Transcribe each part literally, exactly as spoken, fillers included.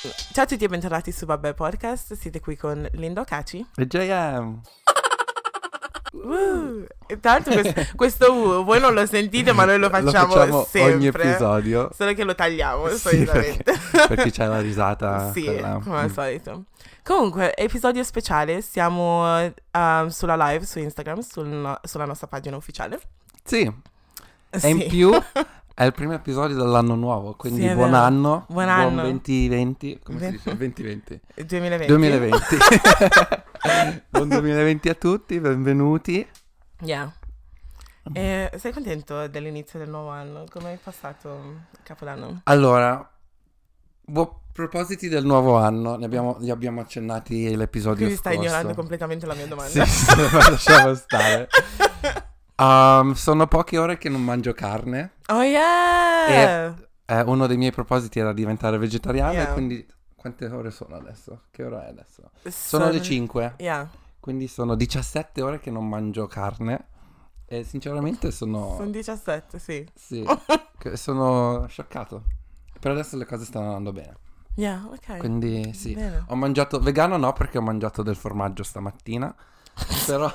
Ciao a tutti e bentornati su Vabbè Podcast, siete qui con Lindo Caci e J M. Uh, tanto questo, questo uh, voi non lo sentite, ma noi lo facciamo, lo facciamo sempre ogni episodio, solo che lo tagliamo sì, solitamente perché, perché c'è la risata. Sì, quella. come al mm. solito. Comunque, episodio speciale, siamo uh, sulla live su Instagram, sul no- sulla nostra pagina ufficiale. Sì, e Sì. in più è il primo episodio dell'anno nuovo, quindi Sì, è buon vero. anno, Buon anno. buon duemilaventi, come Ven- si dice? duemilaventi. duemilaventi. duemilaventi. Buon duemilaventi a tutti, benvenuti. Yeah. E sei contento dell'inizio del nuovo anno? Come hai passato il Capodanno? Allora, buon propositi del nuovo anno, ne abbiamo, li abbiamo accennati l'episodio Quindi stai scorso. ignorando completamente la mia domanda. Sì, sì, ma lasciamo stare. Um, sono poche ore che non mangio carne. Oh yeah! E eh, uno dei miei propositi era diventare vegetariano. Yeah. E quindi quante ore sono adesso? Che ora è adesso? Sono le cinque. Yeah. Quindi sono diciassette ore che non mangio carne. E sinceramente sono... Sono diciassette, sì. Sì, che sono scioccato. Per adesso le cose stanno andando bene. Yeah, ok. Quindi sì. Bene. Ho mangiato... Vegano no, perché ho mangiato del formaggio stamattina. Però...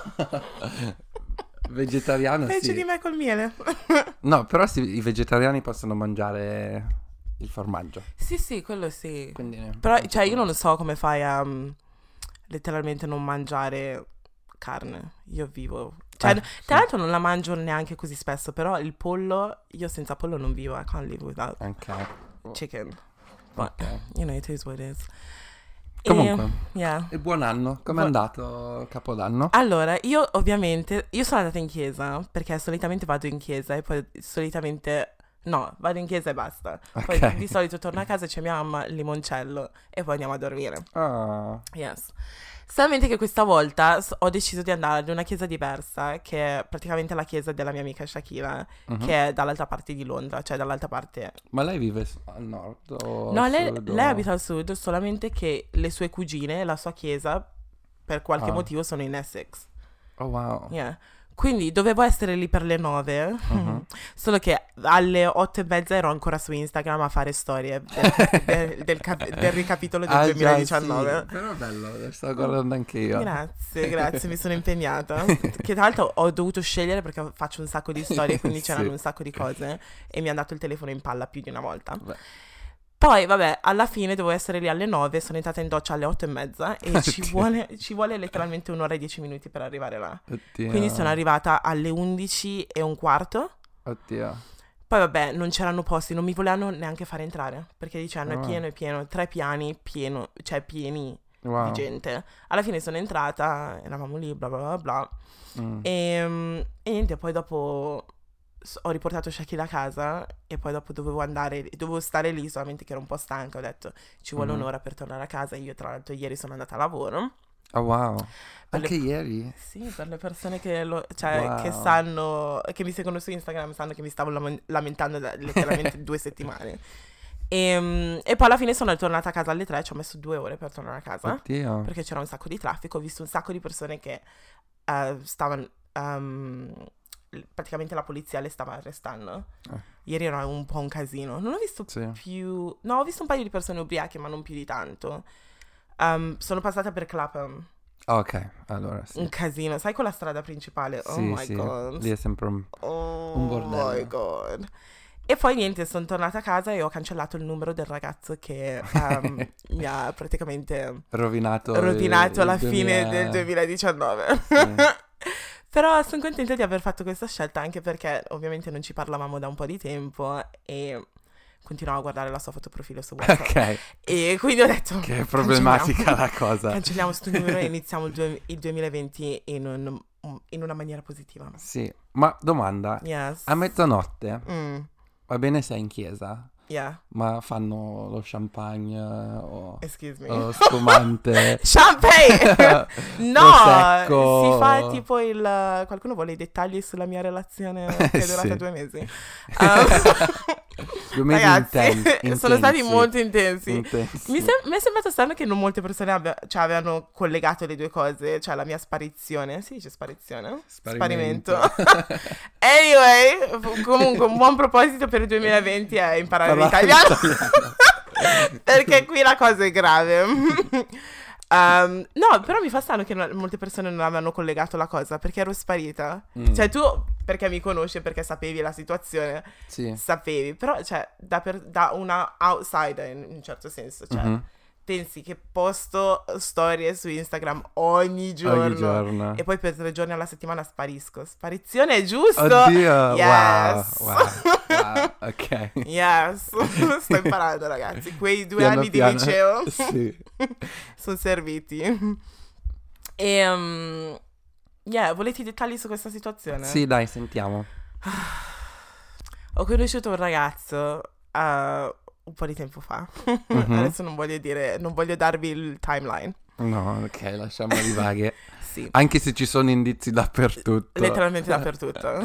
Vegetariano Invece sì. di me col miele. No, però sì, i vegetariani possono mangiare il formaggio. Sì, sì, quello sì. Quindi, Però, cioè, io non so come fai a um, letteralmente non mangiare carne. Io vivo... Cioè, Eh, tra sì. l'altro non la mangio neanche così spesso, però il pollo, io senza pollo non vivo. I can't live without Anche. chicken. But, Ok. you know, it is what it is. Comunque, E, yeah. e buon anno. Com'è Bu- andato Capodanno? Allora, io ovviamente, io sono andata in chiesa, perché solitamente vado in chiesa e poi solitamente, no, vado in chiesa e basta. Poi Ok. di solito torno a casa e c'è mia mamma, limoncello, e poi andiamo a dormire. Ah, Yes. Solamente che questa volta s- ho deciso di andare ad una chiesa diversa, che è praticamente la chiesa della mia amica Shakira, mhm. che è dall'altra parte di Londra, cioè dall'altra parte. Ma lei vive s- al nord o No, al lei, sud, o- lei abita al sud, solamente che le sue cugine e la sua chiesa, per qualche Ah. motivo, sono in Essex. Oh wow. Yeah. Quindi dovevo essere lì per le nove, Mhm. solo che alle otto e mezza ero ancora su Instagram a fare storie del, del- del cap- del ricapitolo del Ah, già, duemiladiciannove. sì. Però è bello, lo sto guardando anche io. Grazie, grazie, mi sono impegnata. Che tra l'altro ho dovuto scegliere perché faccio un sacco di storie, quindi Sì. c'erano un sacco di cose e mi è andato il telefono in palla più di una volta. Beh. Poi, vabbè, alla fine dovevo essere lì alle nove, sono entrata in doccia alle otto e mezza e ci Oddio. vuole, ci vuole letteralmente un'ora e dieci minuti per arrivare là. Oddio. Quindi sono arrivata alle undici e un quarto. Oddio. Poi vabbè, non c'erano posti, non mi volevano neanche fare entrare, perché dicevano Ah. è pieno, è pieno, tre piani, pieno, cioè pieni Wow. di gente. Alla fine sono entrata, eravamo lì, bla bla bla bla. Mm. E, mm, e niente, poi dopo s- ho riportato Shakira a casa e poi dopo dovevo andare, dovevo stare lì, solamente che ero un po' stanca, ho detto ci vuole Mhm. un'ora per tornare a casa. Io tra l'altro ieri sono andata a lavoro. Oh wow. Per Anche le- ieri? Sì, per le persone che, lo, cioè, Wow. che sanno, che mi seguono su Instagram sanno che mi stavo lam- lamentando da letteralmente due settimane. E, mm, e poi alla fine sono tornata a casa alle tre, ci ho messo due ore per tornare a casa, Oddio. perché c'era un sacco di traffico, ho visto un sacco di persone che eh, stavano, ehm, praticamente la polizia le stava arrestando. Eh. Ieri era un po' un casino, non ho visto Sì. più, no, ho visto un paio di persone ubriache, ma non più di tanto. Ehm, sono passata per Clapham. Ok, allora sì. Un casino, sai quella strada principale? Oh Sì, my sì. god. Lì è sempre un... Oh un bordello. my god. E poi niente, sono tornata a casa e ho cancellato il numero del ragazzo che ehm, mi ha praticamente rovinato rovinato il- la il fine duemila del duemiladiciannove. Sì. Però sono contenta di aver fatto questa scelta, anche perché ovviamente non ci parlavamo da un po' di tempo e continuavo a guardare la sua foto profilo su WhatsApp. Ok, E quindi ho detto che è problematica la cosa. cancelliamo sto numero e iniziamo il, due- il duemilaventi in, un- in una maniera positiva. Sì, ma domanda, Yes. a mezzanotte Mm, va bene se è in chiesa, yeah, ma fanno lo champagne eh, o, excuse me. o spumante? Champagne! No, Prosecco. si fa tipo il... Qualcuno vuole i dettagli sulla mia relazione che è durata Sì. due mesi. Um, Due mesi ragazzi, inten- sono stati intensi. molto intensi. Intensi. Mi, sem- mi è sembrato strano che non molte persone abbia- cioè, avevano collegato le due cose, cioè la mia sparizione, si dice sparizione? Sparimento. Sparimento. Anyway, f- comunque un buon proposito per il duemilaventi è imparare Parlare l'italiano. italiano. Perché qui la cosa è grave. Um, no, però mi fa strano che no, molte persone non avevano collegato la cosa, perché ero sparita. Mm. Cioè tu, perché mi conosci, perché sapevi la situazione, sì. sapevi. Però, cioè, da, per, da una outsider, in un certo senso, cioè... Mm-hmm. Pensi che posto storie su Instagram ogni giorno, ogni giorno e poi per tre giorni alla settimana sparisco. Sparizione è giusto? Oddio, yes. wow, wow, wow, ok. Yes, sto imparando ragazzi, quei due piano anni piano. di liceo sì. sono serviti. E, um, yeah, volete i dettagli su questa situazione? Sì, dai, sentiamo. Ho conosciuto un ragazzo... Uh, un po' di tempo fa. Mm-hmm. Adesso non voglio dire, non voglio darvi il timeline. No, ok, lasciamoli vaghe. Sì. Anche se ci sono indizi dappertutto. Letteralmente dappertutto.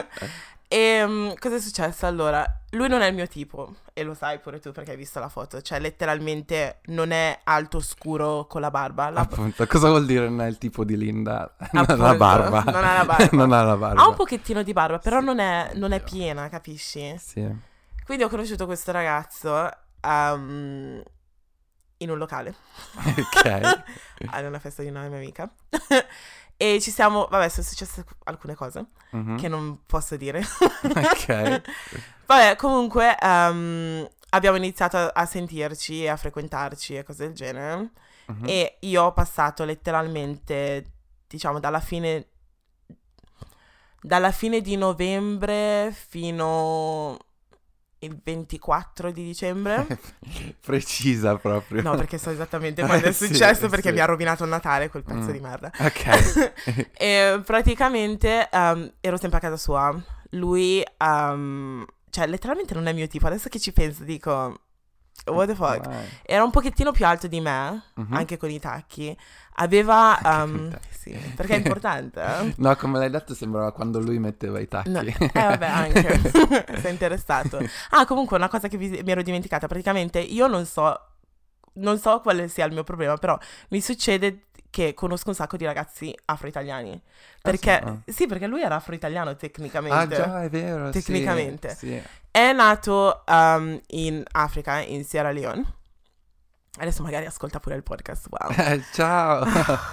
E um, cosa è successo? Allora, lui non è il mio tipo, e lo sai pure tu perché hai visto la foto. Cioè, letteralmente non è alto scuro con la barba. La... Appunto, cosa vuol dire non è il tipo di Linda? Non Appunto, ha la barba. Non ha la barba. non ha la barba. Ha un pochettino di barba, però sì, non è, non è piena, capisci? Sì. Quindi ho conosciuto questo ragazzo um, in un locale. Ok. Ad una festa di una mia amica. E ci siamo, vabbè, sono successe alcune cose mm-hmm. che non posso dire. Ok. Vabbè, comunque um, abbiamo iniziato a, a sentirci e a frequentarci e cose del genere. Mm-hmm. E io ho passato letteralmente, diciamo, dalla fine dalla fine di novembre fino il ventiquattro di dicembre. Precisa proprio. No, perché so esattamente quando è successo, sì, perché sì. mi ha rovinato il Natale quel pezzo mm. di merda. Ok. E praticamente um, ero sempre a casa sua. Lui, um, cioè letteralmente non è mio tipo. Adesso che ci penso dico, what the fuck. Wow. Era un pochettino più alto di me, mm-hmm. anche con i tacchi. Aveva, um, sì, perché è importante. Eh? No, come l'hai detto sembrava quando lui metteva i tacchi. No. Eh vabbè, anche. Sei interessato. Ah, comunque una cosa che vi, mi ero dimenticata. Praticamente io non so, non so quale sia il mio problema, però mi succede che conosco un sacco di ragazzi afro-italiani. Perché, ah, sì, sì, perché lui era afro-italiano tecnicamente. Ah già, è vero, tecnicamente. Sì, sì. È nato um, in Africa, in Sierra Leone. Adesso magari ascolta pure il podcast, wow. Eh, ciao!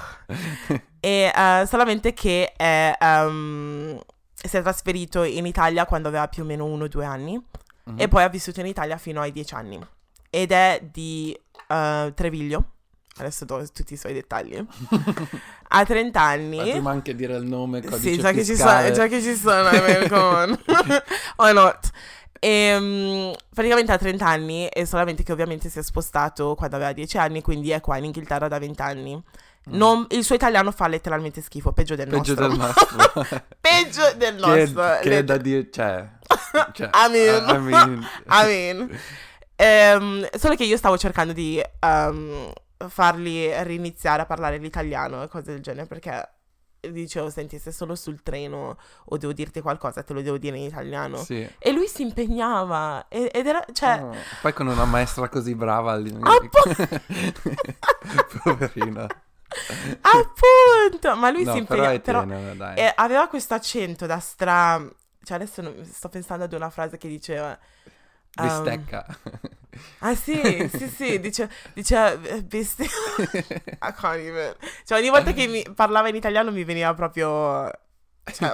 E uh, solamente che è, um, si è trasferito in Italia quando aveva più o meno uno o due anni. Mm-hmm. E poi ha vissuto in Italia fino ai dieci anni. Ed è di uh, Treviglio. Adesso do tutti i suoi dettagli. Ha trenta anni. Ma prima anche dire il nome, codice sì, già che, ci so, già che ci sono, I mean, come on. Why not? E um, praticamente ha trenta anni e solamente che ovviamente si è spostato quando aveva dieci anni, quindi è qua in Inghilterra da venti anni. Mm. Non, il suo italiano fa letteralmente schifo, peggio del peggio nostro. Del nostro. Peggio del nostro. Che, che è da dire, cioè, cioè I mean, I mean. I mean. Um, solo che io stavo cercando di um, farli riniziare a parlare l'italiano e cose del genere, perché dicevo, senti, se sono sul treno o devo dirti qualcosa te lo devo dire in italiano. Sì. E lui si impegnava ed era, cioè oh, poi con una maestra così brava Appu- poverina. Appunto. Ma lui no, si impegnava, però, tenero, dai. E aveva questo accento da stra, cioè adesso non, sto pensando ad una frase che diceva um, bistecca. Ah sì, sì, sì, dice, dice bistecca. I can't even. Cioè ogni volta che mi parlava in italiano mi veniva proprio, cioè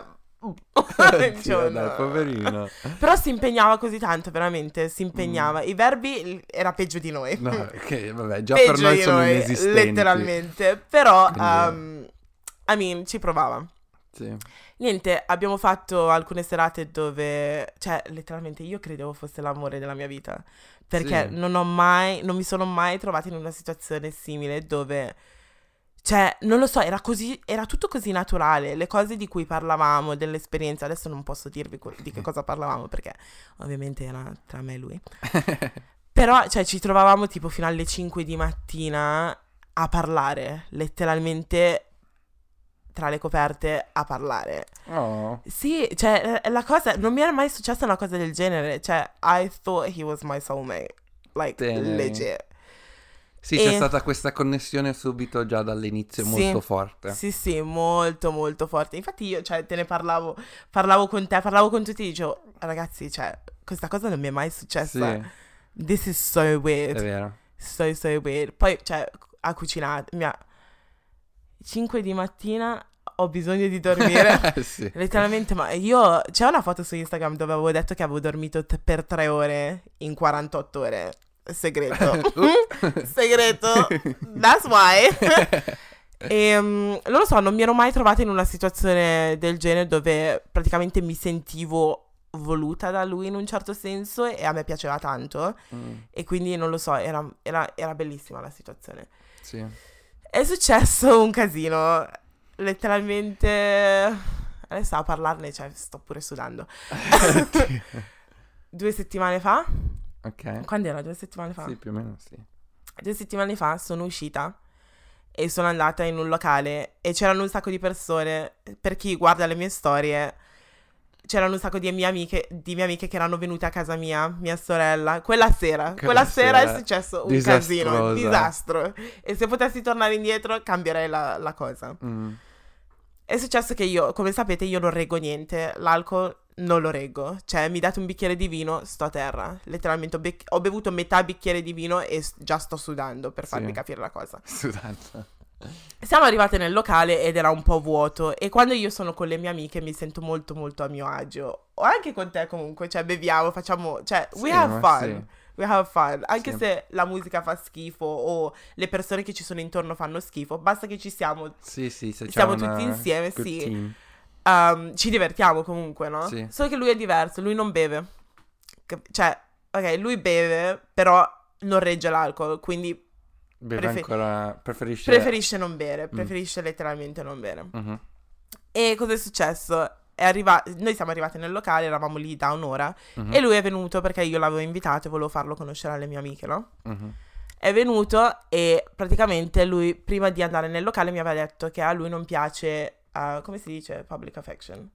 Dio, dai, poverino. Però si impegnava così tanto, veramente, si impegnava. Mm. I verbi era peggio di noi. No, ok, vabbè, già peggio per noi sono noi, inesistenti. Letteralmente, però Quindi... um, I mean, ci provava. Sì. Niente, abbiamo fatto alcune serate dove, cioè, letteralmente io credevo fosse l'amore della mia vita, perché sì. non ho mai, non mi sono mai trovata in una situazione simile dove, cioè, non lo so, era così, era tutto così naturale, le cose di cui parlavamo, dell'esperienza, adesso non posso dirvi di che cosa parlavamo, perché ovviamente era tra me e lui, però, cioè, ci trovavamo tipo fino alle cinque di mattina a parlare, letteralmente tra le coperte a parlare. Oh. Sì, cioè, la cosa, non mi era mai successa una cosa del genere, cioè, I thought he was my soulmate, like, Bene. legit. Sì, e... c'è stata questa connessione subito già dall'inizio, sì, molto forte. Sì, sì, molto, molto forte. Infatti io, cioè, te ne parlavo, parlavo con te, parlavo con tutti, dicevo, ragazzi, cioè, questa cosa non mi è mai successa. Sì. this is so weird. È vero. So, so weird. Poi, cioè, ha cucinato. Mi ha... cinque di mattina ho bisogno di dormire. Sì. Letteralmente, ma io... C'è una foto su Instagram dove avevo detto che avevo dormito t- per tre ore in quarantotto ore. Segreto. uh. Segreto. That's why. E um, non lo so, non mi ero mai trovata in una situazione del genere dove praticamente mi sentivo voluta da lui in un certo senso e a me piaceva tanto. Mm. E quindi non lo so, era, era, era bellissima la situazione. Sì. È successo un casino, letteralmente. Adesso a parlarne, cioè sto pure sudando. Due settimane fa. Ok. Quando era? Due settimane fa? Sì, più o meno sì. Due settimane fa sono uscita e sono andata in un locale e c'erano un sacco di persone. Per chi guarda le mie storie, c'erano un sacco di mie amiche, di mie amiche che erano venute a casa mia, mia sorella. Quella sera, quella, quella sera, sera è successo un casino, un disastro. E se potessi tornare indietro cambierei la, la cosa. Mm. È successo che io, come sapete, io non reggo niente. L'alcol non lo reggo. Cioè, mi date un bicchiere di vino, sto a terra. Letteralmente ho, bec- ho bevuto metà bicchiere di vino e s- già sto sudando, per farvi sì. capire la cosa. Sudando. Siamo arrivate nel locale ed era un po' vuoto. E quando io sono con le mie amiche mi sento molto molto a mio agio. O anche con te comunque. Cioè, beviamo, facciamo... Cioè, we sì, have fun. Sì. We have fun. Anche sì. se la musica fa schifo o le persone che ci sono intorno fanno schifo, basta che ci siamo. Sì, sì, se siamo tutti insieme, sì. Um, ci divertiamo comunque, no? Sì. Solo che lui è diverso, lui non beve. Cioè, ok, lui beve, però non regge l'alcol, quindi beve prefer- ancora, preferisce... preferisce non bere, preferisce mm. letteralmente non bere. Uh-huh. E cosa è successo? È arrivato, noi siamo arrivati nel locale, eravamo lì da un'ora uh-huh. e lui è venuto perché io l'avevo invitato e volevo farlo conoscere alle mie amiche, no? Uh-huh. È venuto e praticamente lui prima di andare nel locale mi aveva detto che a lui non piace, uh, come si dice, public affection?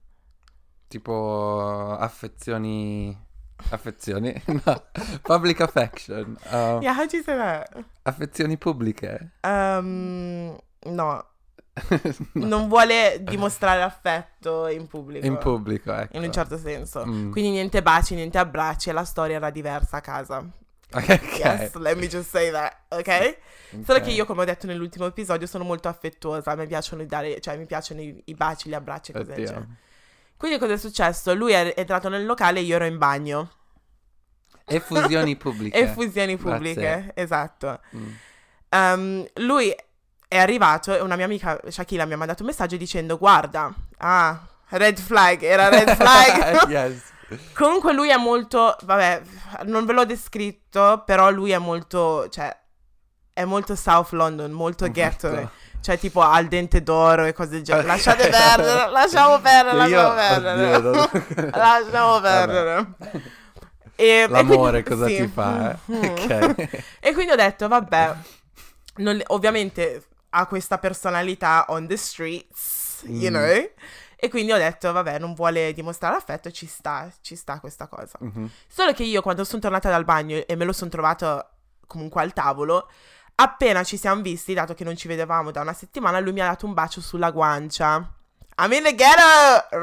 Tipo affezioni, affezioni? No, public affection. Uh, yeah, how do you say that? Affezioni pubbliche? Um, no. No. Non vuole dimostrare affetto in pubblico. In pubblico, ecco. In un certo senso. Mm. Quindi niente baci, niente abbracci e la storia era diversa a casa. Ok. Yes, let me just say that, ok? Okay. Solo che io, come ho detto nell'ultimo episodio, sono molto affettuosa. Mi piacciono dare, cioè mi piacciono i, i baci, gli abbracci e cose del genere. Quindi cosa è successo? Lui è entrato nel locale e io ero in bagno. Effusioni pubbliche. Effusioni pubbliche, Grazie. Esatto. Mm. Um, lui è arrivato e una mia amica, Shakila, mi ha mandato un messaggio dicendo: guarda, ah, red flag, era red flag. Yes. Comunque lui è molto, vabbè, non ve l'ho descritto, però lui è molto, cioè, è molto South London, molto ghetto. Cioè tipo al dente d'oro e cose del genere. Lasciate perdere, lasciamo perdere, lasciamo perdere. Oddio, lasciamo perdere. E, L'amore e quindi, cosa sì. ti fa? Eh? Ok. E quindi ho detto, vabbè, non, ovviamente ha questa personalità on the streets, you mm. know? E quindi ho detto, vabbè, non vuole dimostrare affetto, ci sta, ci sta questa cosa. Mm-hmm. Solo che io quando sono tornata dal bagno e me lo sono trovato comunque al tavolo, appena ci siamo visti, dato che non ci vedevamo da una settimana, lui mi ha dato un bacio sulla guancia. I'm in the ghetto!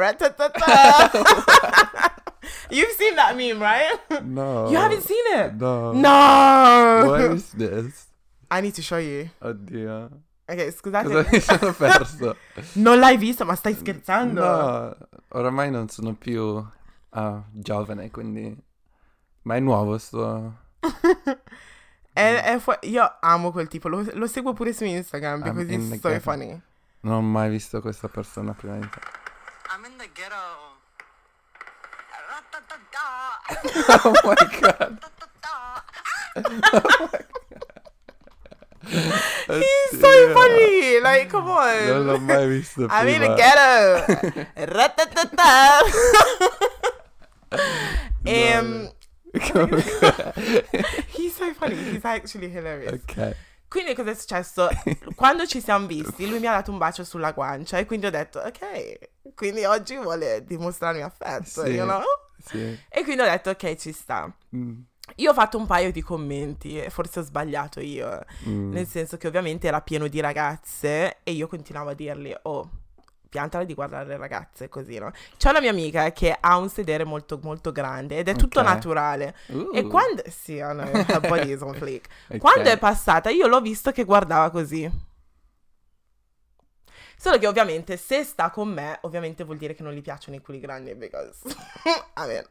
You've seen that meme, right? No. You haven't seen it? No. No! What is this? I need to show you. Oddio. Ok, scusate. Cosa mi sono perso? Non l'hai visto, ma stai scherzando? No, oramai non sono più uh, giovane, quindi... Ma è nuovo sto... è, è fu- Io amo quel tipo, lo, lo seguo pure su Instagram, because I'm it's so ghetto. funny. Non ho mai visto questa persona prima di te. I'm in the ghetto. Oh my god. Oh my god. He's so funny, like, come on. Non l'ho mai visto prima. I'm in the ghetto. um, He's so funny, he's actually hilarious. Ok. Quindi cosa è successo? Quando ci siamo visti, lui mi ha dato un bacio sulla guancia e quindi ho detto, ok, quindi oggi vuole dimostrarmi affetto, sì, you know? Sì. E quindi ho detto, ok, ci sta. Mm. Io ho fatto un paio di commenti e forse ho sbagliato io, mm. nel senso che ovviamente era pieno di ragazze e io continuavo a dirgli, oh, piantala di guardare le ragazze, così, no? C'è una mia amica che ha un sedere molto, molto grande ed è tutto okay. naturale. Uh. E quando... Sì, no, her body is on fleek. Okay. Quando è passata, io l'ho visto che guardava così. Solo che ovviamente, se sta con me, ovviamente vuol dire che non gli piacciono i culi grandi, because... I mean...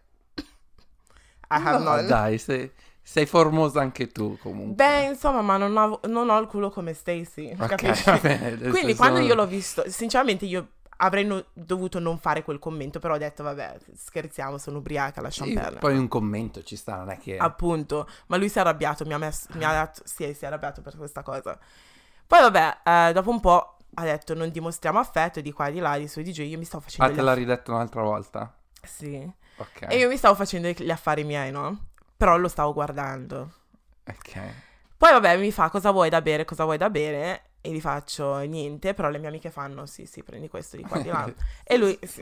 I have no, none. dai, sei... Sei formosa anche tu, comunque. Beh, insomma, ma non ho, non ho il culo come Stacy, Ok, capisci? va bene, adesso Quindi sono- quando io l'ho visto, sinceramente io avrei no- dovuto non fare quel commento, però ho detto, vabbè, scherziamo, sono ubriaca, lasciamo Sì, perdere. poi un commento ci sta, non è che... Appunto, ma lui si è arrabbiato, mi ha messo, mi ha dato, sì, si è arrabbiato per questa cosa. Poi vabbè, eh, dopo un po' ha detto, non dimostriamo affetto, di qua e di là, di su e di giù, io mi stavo Ah, facendo te gli l'ha affari. ridetto un'altra volta? Sì. Ok. E io mi stavo facendo gli affari miei, no? Però lo stavo guardando. Ok. Poi vabbè mi fa cosa vuoi da bere, cosa vuoi da bere e gli faccio niente, però le mie amiche fanno sì sì prendi questo di qua di là e lui sì.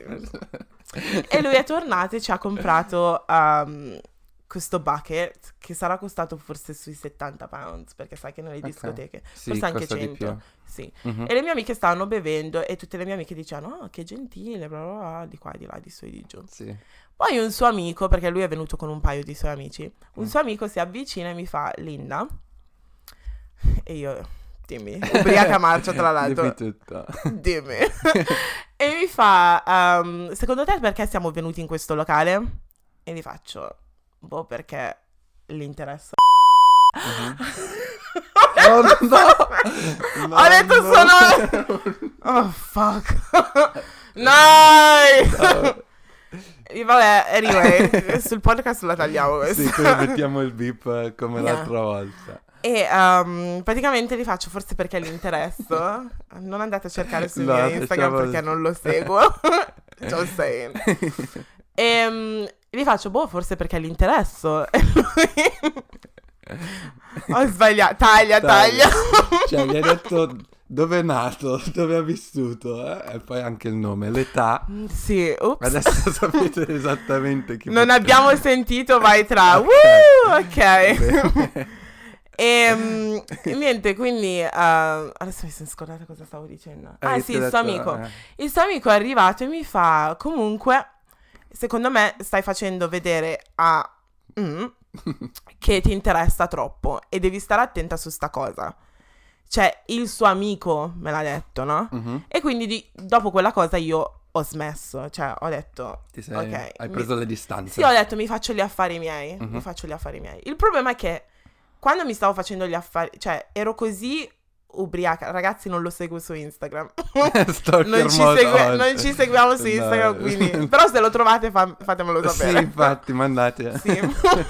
E lui è tornato e ci ha comprato um, questo bucket che sarà costato forse sui settanta pounds perché sai che nelle Ok. discoteche Sì, costa anche costa di cento più. sì. Mhm. E le mie amiche stavano bevendo e tutte le mie amiche dicevano oh che gentile bla bla bla di qua di là di su e di giù. Sì. Poi un suo amico, perché lui è venuto con un paio di suoi amici, un Mm. suo amico si avvicina e mi fa, Linda, e io, dimmi, ubriaca marcia tra l'altro, Dimmi tutto. dimmi, e mi fa, um, secondo te perché siamo venuti in questo locale? E gli faccio, boh, perché gli interessa. Mhm. Oh, no! Ho detto no. sono... Oh, fuck. No! No. E vabbè, anyway, sul podcast la tagliamo questa. Sì, quindi mettiamo il beep eh, come Yeah. l'altra volta. E um, praticamente li faccio forse perché gli interesso. Non andate a cercare sul No, mio Instagram facciamo- perché non lo seguo. Just saying. E um, gli faccio, boh, forse perché gli interesso. E lui... Ho sbagliato. Taglia, taglia. Cioè, gli hai detto dove è nato, dove ha vissuto, eh? E poi anche il nome, l'età. Sì, ups. Adesso sapete esattamente chi Non può- abbiamo sentito, vai tra. Ok. Woo, ok. Bene. E um, niente, quindi uh, adesso mi sono scordata cosa stavo dicendo. Ah Eh, sì, ti ho il suo detto, amico. eh. Il suo amico è arrivato e mi fa, comunque, secondo me stai facendo vedere a mm, che ti interessa troppo e devi stare attenta su sta cosa. Cioè, il suo amico me l'ha detto, no? Mhm. E quindi di- dopo quella cosa io ho smesso, cioè ho detto, Ti sei, ok, hai mi- preso le distanze. sì, ho detto mi faccio gli affari miei, Mhm. mi faccio gli affari miei. Il problema è che quando mi stavo facendo gli affari, cioè ero così ubriaca, ragazzi non lo seguo su Instagram, Stalker non, ci mode segue- on. non ci seguiamo su No. Instagram, quindi, però se lo trovate fa- fatemelo Sì, sapere. infatti, mandate. Sì.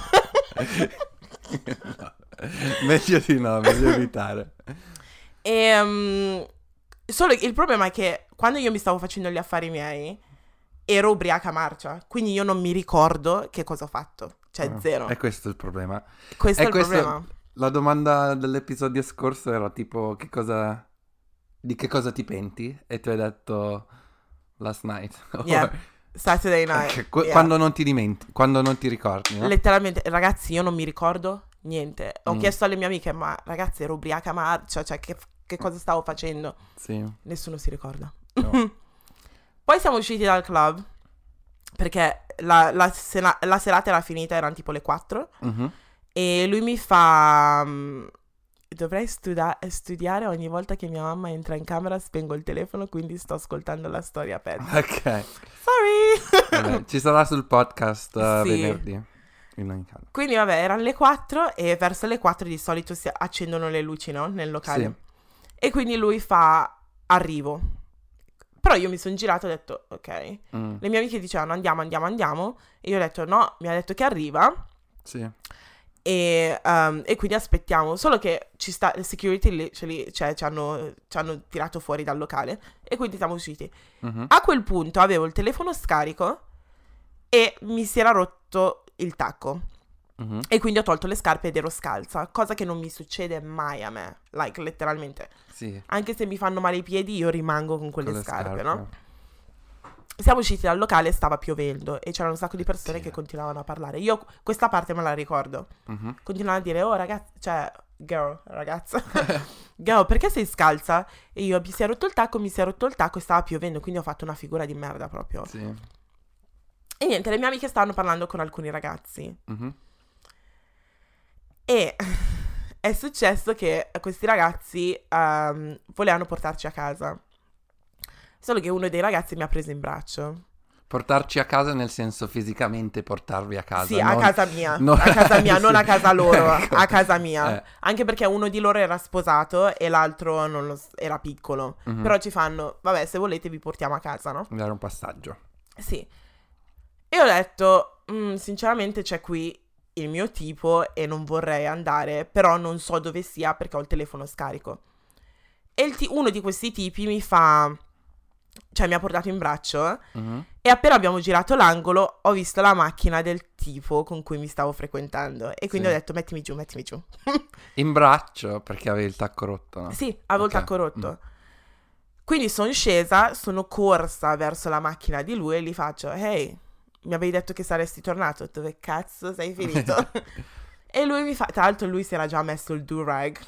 No. Meglio di no, meglio evitare. E, um, solo il problema è che quando io mi stavo facendo gli affari miei ero ubriaca marcia, quindi io non mi ricordo che cosa ho fatto, cioè Ah, zero. E questo è il problema. Questo e è il questo- problema. La domanda dell'episodio scorso era tipo che cosa... Di che cosa ti penti? E tu hai detto last night. Yeah. Saturday night. Ok, qu- yeah. Quando non ti dimentichi, quando non ti ricordi, no? Letteralmente, ragazzi, io non mi ricordo niente. Ho Mm. chiesto alle mie amiche, ma ragazzi, ero ubriaca marcia, cioè che, che cosa stavo facendo? Sì. Nessuno si ricorda. No. Poi siamo usciti dal club, perché la, la sena- la serata era finita, erano tipo le quattro, Mhm. e lui mi fa... mm, dovrei studa- studiare ogni volta che mia mamma entra in camera, spengo il telefono, quindi sto ascoltando la storia a pezzi. Ok. Sorry! Vabbè, ci sarà sul podcast uh, Sì. venerdì. In ogni caso. Quindi vabbè, erano le quattro e verso le quattro di solito si accendono le luci, no? Nel locale. Sì. E quindi lui fa arrivo. Però io mi sono girato e ho detto ok. Mm. Le mie amiche dicevano andiamo, andiamo, andiamo. E io ho detto no, mi ha detto che arriva. Sì. E, um, e quindi aspettiamo. Solo che ci sta il security lì, cioè, lì, cioè ci, hanno, ci hanno tirato fuori dal locale. E quindi siamo usciti. Mhm. A quel punto avevo il telefono scarico e mi si era rotto il tacco. Mhm. E quindi ho tolto le scarpe ed ero scalza, cosa che non mi succede mai a me, like letteralmente. Sì. Anche se mi fanno male i piedi io rimango con quelle Con le scarpe, no? Siamo usciti dal locale, stava piovendo e c'erano un sacco di persone Sì. che continuavano a parlare. Io questa parte me la ricordo. Mhm. Continuavano a dire, oh ragazzi, cioè, girl, ragazza, girl, perché sei scalza? E io, mi si è rotto il tacco, mi si è rotto il tacco e stava piovendo, quindi ho fatto una figura di merda proprio. Sì. E niente, le mie amiche stavano parlando con alcuni ragazzi. Mm-hmm. E è successo che questi ragazzi um, volevano portarci a casa. Solo che uno dei ragazzi mi ha preso in braccio. Portarci a casa nel senso fisicamente portarvi a casa. Sì, non... a casa mia, non... a casa mia, sì. non a casa loro, Ecco. a casa mia. Eh. Anche perché uno di loro era sposato e l'altro non lo... era piccolo. Mm-hmm. Però ci fanno, vabbè, se volete vi portiamo a casa, no? Era un passaggio. Sì. E ho detto, mm, sinceramente c'è qui il mio tipo e non vorrei andare, però non so dove sia perché ho il telefono scarico. E il ti- uno di questi tipi mi fa... Cioè mi ha portato in braccio Mm-hmm. e appena abbiamo girato l'angolo ho visto la macchina del tipo con cui mi stavo frequentando e quindi Sì. ho detto mettimi giù, mettimi giù. In braccio perché avevi il tacco rotto, no? Sì, avevo Ok. il tacco rotto. Mm. Quindi sono scesa, sono corsa verso la macchina di lui e gli faccio hey, mi avevi detto che saresti tornato, dove cazzo sei finito? E lui mi fa, tra l'altro lui si era già messo il do-rag.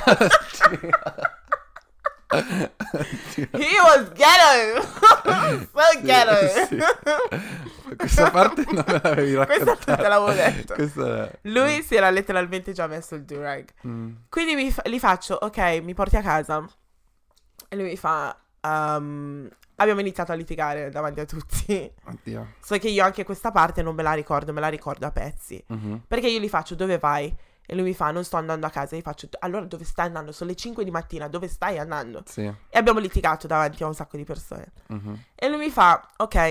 He was ghetto. So ghetto. Sì, sì. Questa parte non me l'avevi raccontata. Questa te l'avevo detto. Questa... Lui si era letteralmente già messo il do-rag. Mm. Quindi mi fa- gli faccio, ok, mi porti a casa? E lui mi fa, um, abbiamo iniziato a litigare davanti a tutti. Oddio. So che io anche questa parte non me la ricordo, me la ricordo a pezzi. Mm-hmm. Perché io gli faccio, dove vai? E lui mi fa, non sto andando a casa. E gli faccio, allora dove stai andando? Sono le cinque di mattina, dove stai andando? Sì. E abbiamo litigato davanti a un sacco di persone. Mm-hmm. E lui mi fa, ok, uh,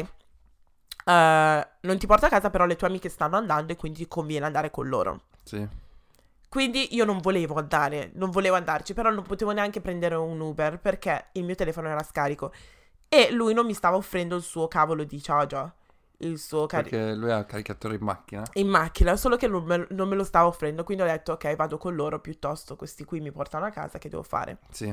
non ti porto a casa, però le tue amiche stanno andando e quindi ti conviene andare con loro. Sì. Quindi io non volevo andare, non volevo andarci, però non potevo neanche prendere un Uber perché il mio telefono era scarico. E lui non mi stava offrendo il suo cavolo di charger, il suo cari- Perché lui ha il caricatore in macchina. in macchina, solo che non me, non me lo stava offrendo. Quindi ho detto, ok, vado con loro, piuttosto questi qui mi portano a casa, che devo fare? Sì.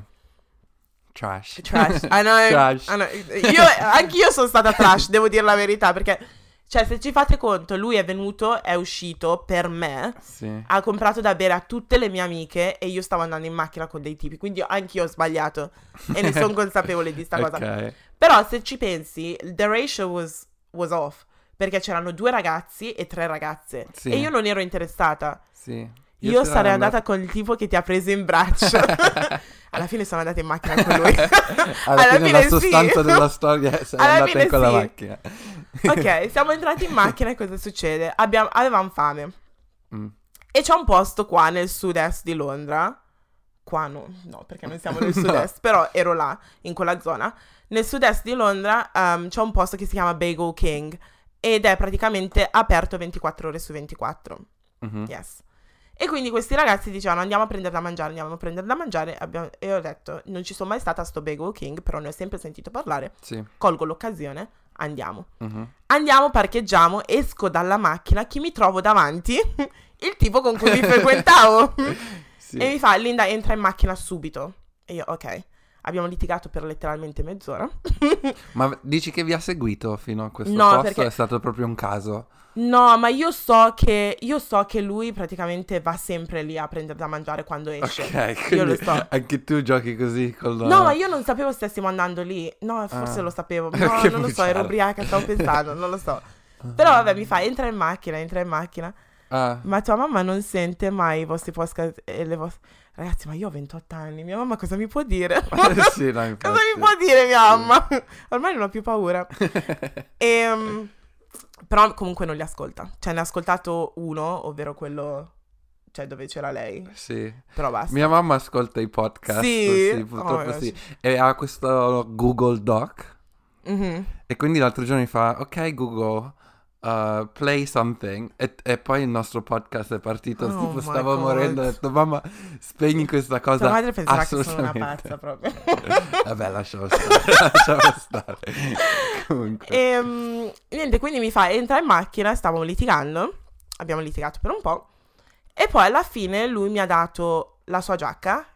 Trash. Trash. I know, Trash. I know. Io, anch'io sono stata trash, devo dire la verità, perché... Cioè, se ci fate conto, lui è venuto, è uscito per me, Sì. ha comprato da bere a tutte le mie amiche e io stavo andando in macchina con dei tipi, quindi anch'io ho sbagliato e ne sono consapevole di sta cosa. Ok. Però se ci pensi, the ratio was, was off, perché c'erano due ragazzi e tre ragazze Sì. e io non ero interessata. Sì. Io, sarei sarei andato- andata con il tipo che ti ha preso in braccio. Alla fine sono andata in macchina con lui. Alla, fine, la sì. sostanza della storia è sei Alla andata fine in quella sì. macchina. Ok, siamo entrati in macchina e cosa succede? Abbiamo, avevamo fame. Mm. E c'è un posto qua nel sud-est di Londra. Qua no, no, perché non siamo nel No. sud-est, però ero là, in quella zona. Nel sud-est di Londra um, c'è un posto che si chiama Bagel King ed è praticamente aperto ventiquattro ore su ventiquattro. Mhm. Yes. E quindi questi ragazzi dicevano andiamo a prendere da mangiare, andiamo a prendere da mangiare. Abbiamo... E ho detto, non ci sono mai stata a sto Bagel King, però ne ho sempre sentito parlare. Sì. Colgo l'occasione, andiamo. Mhm. Andiamo, parcheggiamo, esco dalla macchina, chi mi trovo davanti? Il tipo con cui mi frequentavo. Sì. E mi fa, Linda, entra in macchina subito. E io, ok. Abbiamo litigato per letteralmente mezz'ora. Ma dici che vi ha seguito fino a questo No, posto? perché- È stato proprio un caso? No, ma io so che io so che lui praticamente va sempre lì a prendere da mangiare quando esce. Ok, Io lo quindi so. anche tu giochi così con la... No, ma io non sapevo se stessimo andando lì. No, forse Ah. lo sapevo. No, Che non lo so, ero bugiardo. ubriaca, stavo pensando, non lo so. Però vabbè, mi fa, entra in macchina, entra in macchina. Ah, Ma tua mamma non sente mai i vostri podcast e le vostre... Ragazzi, ma io ho ventotto anni, mia mamma cosa mi può dire? sì, no, infatti. Cosa mi può dire mia mamma? Ormai non ho più paura. E, però comunque non li ascolta. Cioè ne ha ascoltato uno, ovvero quello... Cioè dove c'era lei. Sì. Però basta. Mia mamma ascolta i podcast. Sì? Sì, purtroppo Oh my sì. gosh. E ha questo Google Doc. Mhm. E quindi l'altro giorno mi fa, ok Google, uh, play something. E, e poi il nostro podcast è partito. Oh tipo my stavo God. morendo. Ho detto, mamma, spegni questa cosa. Tua madre penserà che sono una assolutamente." pazza proprio. Vabbè, lasciamo stare. lasciamo stare. Comunque. E mm, niente, quindi mi fa, entra in macchina, stavamo litigando. Abbiamo litigato per un po'. E poi alla fine lui mi ha dato la sua giacca.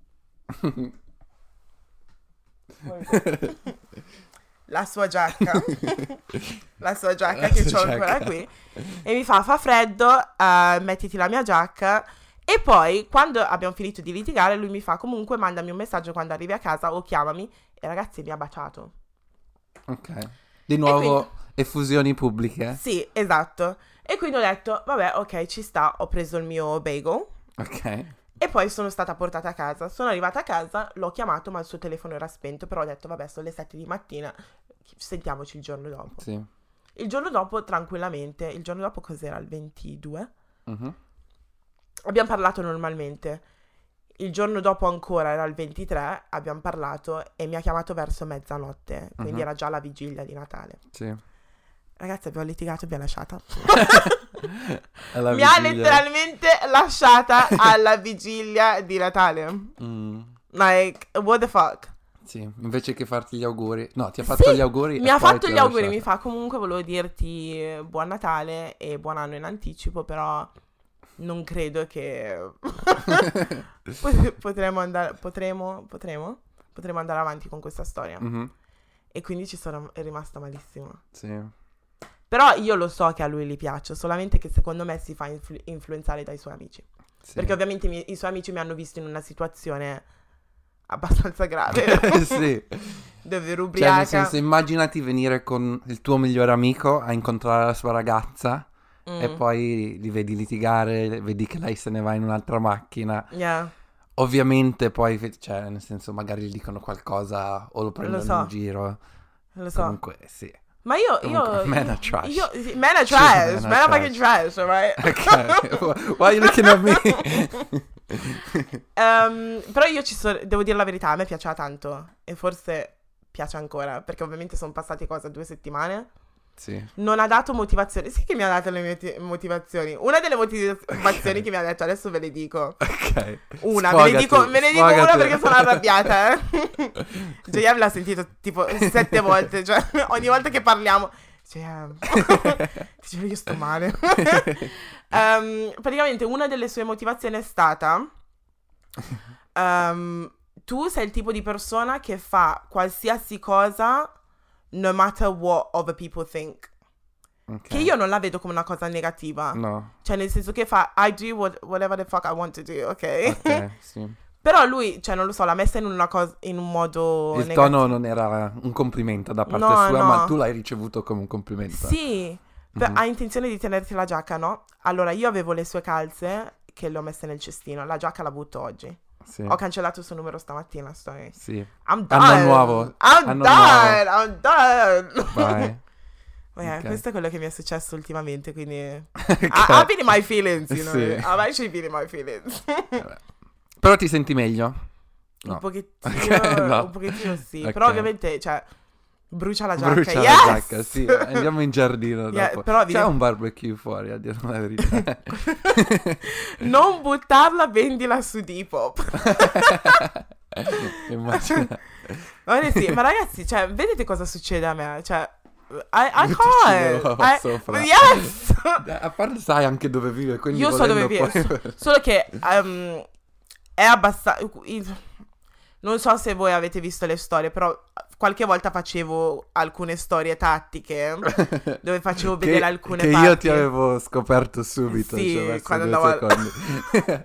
La sua giacca. La sua giacca La che sua ho ancora giacca. qui. E mi fa, fa freddo, eh, mettiti la mia giacca. E poi, quando abbiamo finito di litigare, lui mi fa: comunque mandami un messaggio quando arrivi a casa o chiamami. E ragazzi, mi ha baciato. Ok. Di nuovo quindi, effusioni pubbliche. Sì, esatto. E quindi ho detto, vabbè, ok, ci sta. Ho preso il mio bagel. Ok. E poi sono stata portata a casa. Sono arrivata a casa, l'ho chiamato, ma il suo telefono era spento. Però ho detto, vabbè, sono le sette di mattina, sentiamoci il giorno dopo. Sì. Il giorno dopo, tranquillamente, il giorno dopo cos'era? Il ventidue? Uh-huh. Abbiamo parlato normalmente. Il giorno dopo ancora, era il ventitré, abbiamo parlato e mi ha chiamato verso mezzanotte. Quindi uh-huh. era già la vigilia di Natale. Sì. Ragazzi, abbiamo litigato e mi ha lasciata. Alla mi vigilia. ha letteralmente lasciata alla vigilia di Natale. Mm. Like, what the fuck? Sì, invece che farti gli auguri. No, ti ha fatto Sì, gli auguri. Mi e ha poi fatto ti gli ha auguri, lasciata. mi fa comunque volevo dirti buon Natale e buon anno in anticipo, però non credo che potremo andare potremo potremo potremo andare avanti con questa storia. Mm-hmm. E quindi ci sono rimasta malissimo. Sì. Però io lo so che a lui gli piace, solamente che secondo me si fa influ- influenzare dai suoi amici. Sì. Perché ovviamente i, miei, i suoi amici mi hanno visto in una situazione abbastanza grave. Sì. Dove ero Cioè, ubriaca. nel senso, immaginati venire con il tuo migliore amico a incontrare la sua ragazza Mm. e poi li vedi litigare, vedi che lei se ne va in un'altra macchina. Yeah. Ovviamente poi, cioè, nel senso, magari gli dicono qualcosa o lo prendono so. in giro. Lo so. Comunque, sì. Ma io, Comunque, io, man io, are trash. io, sì, man are trash, Man man are are fucking trash, alright? Ok, why are you looking at me? um, però io ci sono, devo dire la verità, a me piaceva tanto e forse piace ancora, perché ovviamente sono passate cosa, due settimane. Sì. Non ha dato motivazioni, sì che mi ha dato le mie motivazioni. Una delle motivazioni che mi ha detto, adesso ve le dico. Ok. Una, Sfogati, ve ne dico, ve ne dico sfogati. una perché sono arrabbiata, eh. J M l'ha sentito tipo sette volte, cioè ogni volta che parliamo, J M, ti giuro io sto male. um, praticamente una delle sue motivazioni è stata, um, tu sei il tipo di persona che fa qualsiasi cosa no matter what other people think. Okay. Che io non la vedo come una cosa negativa. No. Cioè nel senso che fa I do what, whatever the fuck I want to do, ok? Ok, sì. Però lui, cioè non lo so, l'ha messa in una cosa, in un modo Il negativo. tono non era un complimento da parte No, sua, no. ma tu l'hai ricevuto come un complimento. Sì, per- Mhm. ha intenzione di tenerti la giacca, no? Allora io avevo le sue calze che le ho messe nel cestino, la giacca la butto oggi. Sì. Ho cancellato il suo numero stamattina, story. Sì. I'm done. Anno nuovo. I'm Anno done. I'm done. Vai. Yeah, Ok. questo è quello che mi è successo ultimamente, quindi I, Ok. I've been in my feelings, you know. Sì. I've actually been in my feelings. Vabbè. Però ti senti meglio? No. Un pochettino, Ok, no. un pochettino sì, Ok. però ovviamente, cioè, brucia la giacca. Brucia Yes! la giacca, sì. Andiamo in giardino Yeah, dopo. però vi C'è devo- un barbecue fuori, a dire la verità. Non buttarla, vendila su Depop. Immagina. Ma sì, ma ragazzi, cioè, vedete cosa succede a me? Cioè, I, I Ti can't. uccido I- sopra. Yes! A parte sai anche dove vive, quindi Io so dove volendo vive, puoi- solo che um, è abbastanza... Non so se voi avete visto le storie, però qualche volta facevo alcune storie tattiche dove facevo Che- vedere alcune che parti. io ti avevo scoperto subito. Sì, cioè, verso quando due andavo al- secondi.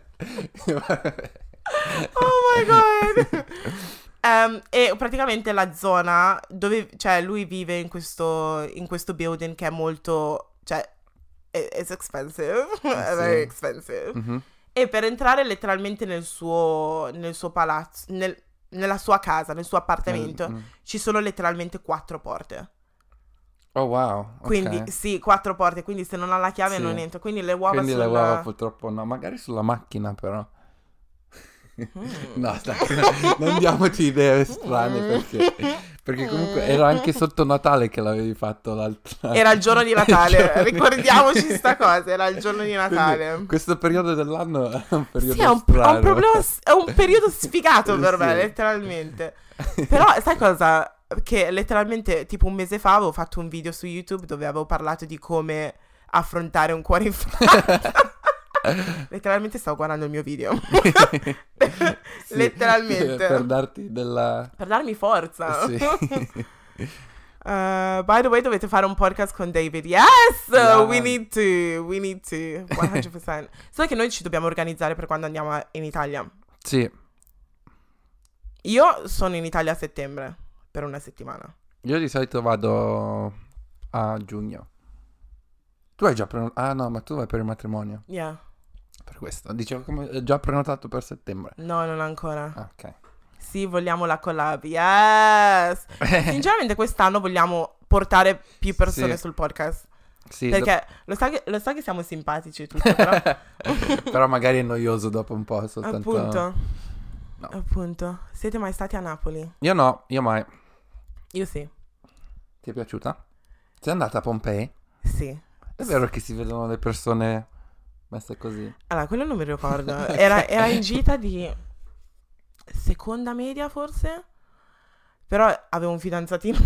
Oh my god. Ehm, e praticamente la zona dove, cioè, lui vive in questo, in questo building che è molto, cioè, è- it's expensive, è Sì. very expensive. Mhm. E per entrare letteralmente nel suo, nel suo palazzo, nel- nella sua casa, nel suo appartamento, Mm. ci sono letteralmente quattro porte. Oh wow. ok. Quindi, sì, quattro porte, quindi se non ha la chiave Sì. non entra. Quindi le uova Quindi sul... le uova purtroppo no, magari sulla macchina però. Mm. No, dai, non diamoci idee strane perché, perché comunque era anche sotto Natale che l'avevi fatto l'altra. Era il giorno di Natale, Il giorno di ricordiamoci Natale. sta cosa, era il giorno di Natale. Quindi questo periodo dell'anno è un periodo Sì, è un, strano. è un problema, è un periodo sfigato per me, Sì. letteralmente. Però sai cosa? Che letteralmente tipo un mese fa avevo fatto un video su YouTube dove avevo parlato di come affrontare un cuore infranto. Letteralmente stavo guardando il mio video. Sì, Letteralmente. per darti della... Per darmi forza. Sì. Uh, by the way, dovete fare un podcast con David. Yes! Yeah. We need to. We need to. cento per cento. Solo che noi ci dobbiamo organizzare per quando andiamo in Italia. Sì. Io sono in Italia a settembre. Per una settimana. Io di solito vado a giugno. Tu hai già prenotato? Ah no, ma tu vai per il matrimonio. Yeah. Per questo. Dicevo come è già prenotato per settembre. No, non ancora. Ah, ok. Sì, vogliamo la collab. Yes! Sinceramente quest'anno vogliamo portare più persone Sì. sul podcast. Sì, Perché do- lo, sa che, lo sa che siamo simpatici e tutto, però... però magari è noioso dopo un po'. Soltanto... Appunto. No. Appunto. Siete mai stati a Napoli? Io no, io mai. Io sì. Ti è piaciuta? Sei andata a Pompei? Sì. È vero che si vedono le persone messe così? Allora, quello non mi ricordo. Era, era in gita di seconda media, forse? Però avevo un fidanzatino.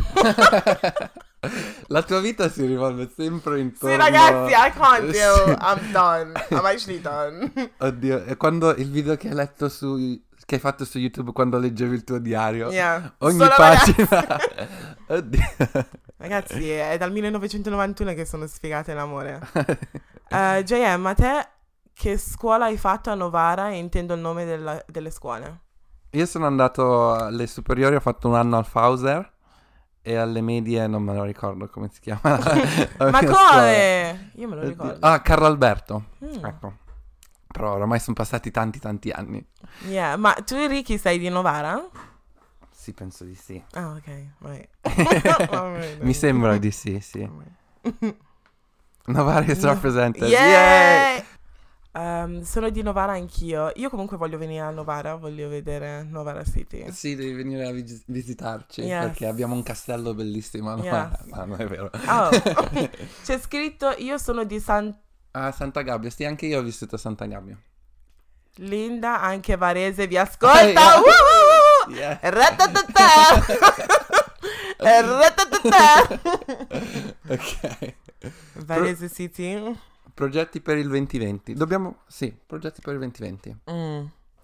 La tua vita si rivolve sempre intorno... Sì, ragazzi, I can't do. Sì. I'm done. I'm actually done. Oddio, e quando il video che hai letto su... che hai fatto su YouTube quando leggevi il tuo diario? Yeah. Ogni Solo pagina... Oddio. Ragazzi, è dal millenovecentonovantuno che sono sfigata in amore. Uh, J M, a te che scuola hai fatto a Novara? E intendo il nome della- delle scuole. Io sono andato alle superiori, ho fatto un anno al Fauser e alle medie non me lo ricordo come si chiama. la Ma mia come? Io me lo scuola. ricordo. Ah, Carlo Alberto. Mm. Ecco. Però ormai sono passati tanti tanti anni. Yeah, ma tu Ricky sei di Novara? Sì, penso di sì. Ah, ok. Right. Mi sembra di sì, sì. Novara is No. represented. Yeah! Yay! Um, sono di Novara anch'io. Io comunque voglio venire a Novara, voglio vedere Novara City. Sì, devi venire a vis- visitarci Yes. perché abbiamo un castello bellissimo a Novara. Yes. No, non è vero. Oh, c'è scritto io sono di San Ah, Santa Gabbia. Sì, anche io ho vissuto a Santa Gabbia. Linda, anche Varese vi ascolta. Yeah. Woo! Yeah. Ratatata. Ratatata. Ok. Varese City. Progetti per il duemilaventi. Dobbiamo... Sì, progetti per il duemilaventi. Mm,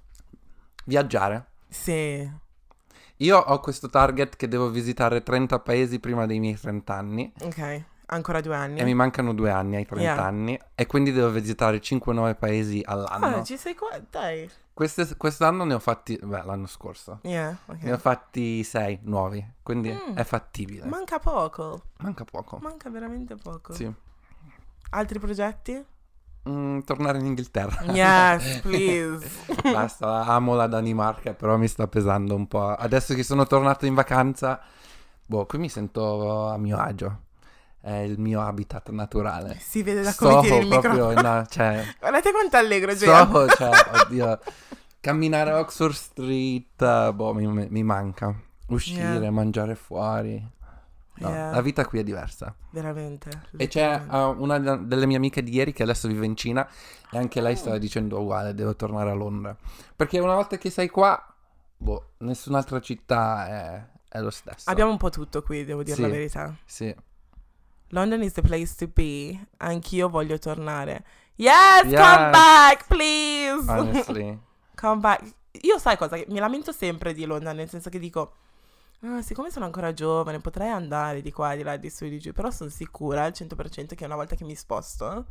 Viaggiare. sì. Io ho questo target che devo visitare trenta paesi prima dei miei trenta anni. Ok, ancora due anni. E mi mancano due anni ai trenta Yeah. anni. E quindi devo visitare cinque nuove paesi all'anno. Ah, ci sei qua, dai. Queste- quest'anno ne ho fatti... Beh, l'anno scorso. Yeah, ok. Ne ho fatti sei nuovi. Quindi Mm. è fattibile. Manca poco. Manca poco. Manca veramente poco. Sì. Altri progetti? Mm, tornare in Inghilterra. Yes, please. Basta, amo la Danimarca, però mi sta pesando un po'. Adesso che sono tornato in vacanza, boh, qui mi sento a mio agio. È il mio habitat naturale. Si vede da come tieni il proprio, microfono. no, cioè, Guardate quanto allegro, Gio. Soho, cioè, oddio. Camminare a Oxford Street, boh, mi, mi manca. Uscire, Yeah. mangiare fuori. No, Yeah. la vita qui è diversa. Veramente. E c'è letteralmente. uh, una de- delle mie amiche di ieri che adesso vive in Cina e anche lei stava dicendo uguale, devo tornare a Londra. Perché una volta che sei qua, boh, nessun'altra città è, è lo stesso. Abbiamo un po' tutto qui, devo dire Sì. la verità. Sì. London is the place to be. Anch'io voglio tornare. Yes, Yes. come back, please. Honestly. Come back. Io sai cosa? Mi lamento sempre di Londra, nel senso che dico, ah, siccome sono ancora giovane, potrei andare di qua, di là, di su, di giù. Però sono sicura al cento per cento che una volta che mi sposto,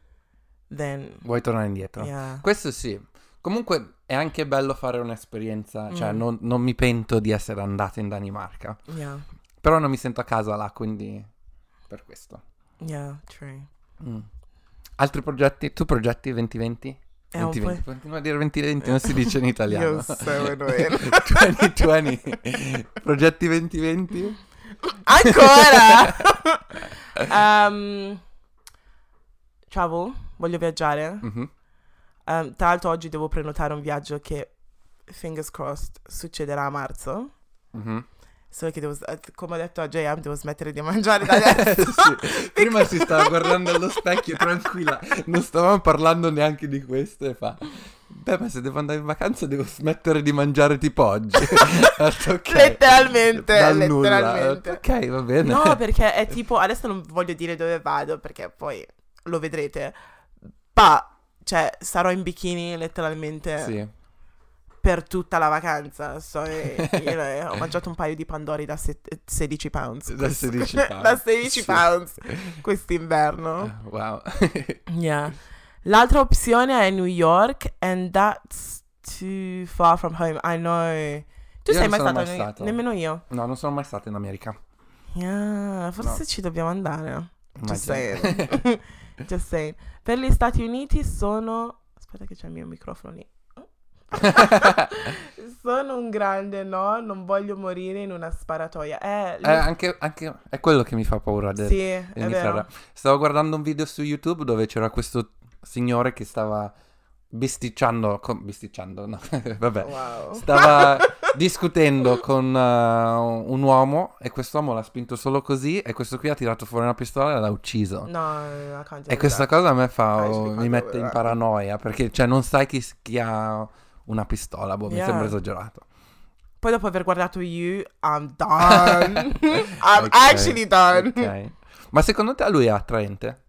then, Vuoi tornare indietro? yeah. Questo sì. Comunque è anche bello fare un'esperienza, cioè Mm. non, non mi pento di essere andato in Danimarca. Yeah, Però non mi sento a casa là, quindi per questo. yeah, true. Mm. Altri progetti? Tu progetti duemilaventi? È un duemilaventi, po'... continua a dire duemilaventi, non si dice in italiano. Io so, Emanuele. duemilaventi. Progetti duemilaventi? Ancora! um, travel, voglio viaggiare. Mhm. Um, tra l'altro oggi devo prenotare un viaggio che, fingers crossed, succederà a marzo. Mhm. Solo che devo, come ho detto a J M, devo smettere di mangiare da adesso. Sì. Prima si stava guardando allo specchio tranquilla, non stavamo parlando neanche di questo e fa... Beh, ma se devo andare in vacanza devo smettere di mangiare tipo oggi. Ho detto, ok. Letteralmente, Dal nulla. letteralmente. Ho detto, ok, va bene. No, perché è tipo, adesso non voglio dire dove vado, perché poi lo vedrete. Ma, cioè, sarò in bikini letteralmente Sì. per tutta la vacanza. So, io eh, ho mangiato un paio di pandori da se- sedici pounds. Da sedici pounds. Da sedici Sì. pounds quest'inverno. Wow. Yeah. L'altra opzione è New York, and that's too far from home. I know. Tu Io sei non mai sono stato mai a New York? stato. Nemmeno io. No, non sono mai stato in America. Yeah, forse No. ci dobbiamo andare. Just Immagino. saying. Just saying. Per gli Stati Uniti sono... Aspetta che c'è il mio microfono lì. Sono un grande no, non voglio morire in una sparatoia. Eh, Eh, anche, anche è quello che mi fa paura del, sì, del è iniziare. vero. Stavo guardando un video su YouTube dove c'era questo signore che stava bisticciando, con, bisticciando, no, vabbè, Wow. stava discutendo con uh, un uomo e quest'uomo l'ha spinto solo così e questo qui ha tirato fuori una pistola e l'ha ucciso. No, I can't do E questa that. cosa a me fa, I oh, actually mi can't mette do in that. paranoia perché cioè non sai chi, chi ha una pistola, boh, mi Yeah. sembra esagerato. Poi dopo aver guardato You, I'm done. I'm Ok, actually done. ok. Ma secondo te lui è attraente?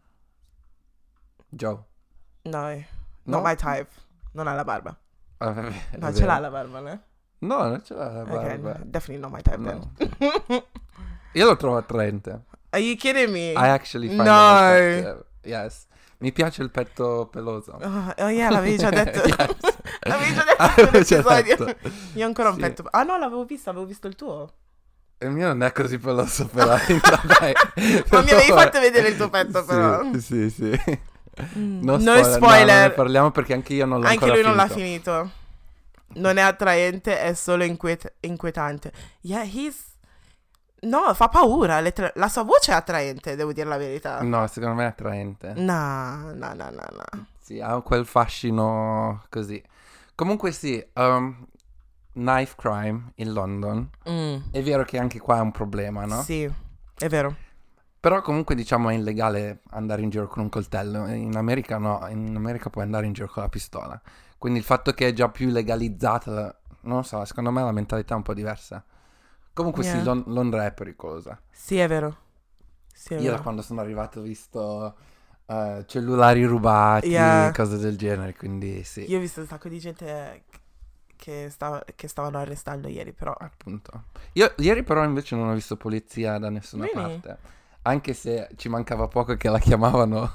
Joe? No, No? not my type. Non ha la barba. Ah, vabbè, è No, ce vero. l'ha la barba, no? No, non ce l'ha la Ok, barba. no, definitely not my type No. then. Io lo trovo attraente. Are you kidding me? I actually find No. him attractive. Yes. Mi piace il petto peloso. Oh, oh yeah, l'avevi già detto. Yes. L'avevi già detto in Avevo già quell'episodio. detto. Io ancora un Sì. petto. Ah no, l'avevo visto, avevo visto il tuo. Il mio non è così peloso però. Vabbè. Ma mi avevi fatto vedere il tuo petto, Sì, però. Sì, sì. Mm. No No spoiler. No, spoiler. non ne parliamo perché anche io non l'ho Anche ancora lui non l'ha finito. finito. Non è attraente, è solo inquiet- inquietante. Yeah, he's... No, fa paura. letter- La sua voce è attraente, devo dire la verità. No, secondo me è attraente. No, no, no, no, no. Sì, ha quel fascino così. Comunque sì, um, knife crime in London. Mm, È vero che anche qua è un problema, no? Sì, è vero. Però comunque diciamo è illegale andare in giro con un coltello. In America no, in America puoi andare in giro con la pistola. Quindi il fatto che è già più legalizzata, non lo so, secondo me la mentalità è un po' diversa. Comunque Yeah. sì, Lon- Londra è pericolosa. Sì, è vero. Sì, è Io da vero. quando sono arrivato ho visto eh, cellulari rubati, Yeah. cose del genere, quindi sì, Io ho visto un sacco di gente che, stava, che stavano arrestando ieri, però... appunto. Io ieri però invece non ho visto polizia da nessuna Really? parte. Anche se ci mancava poco che la chiamavano.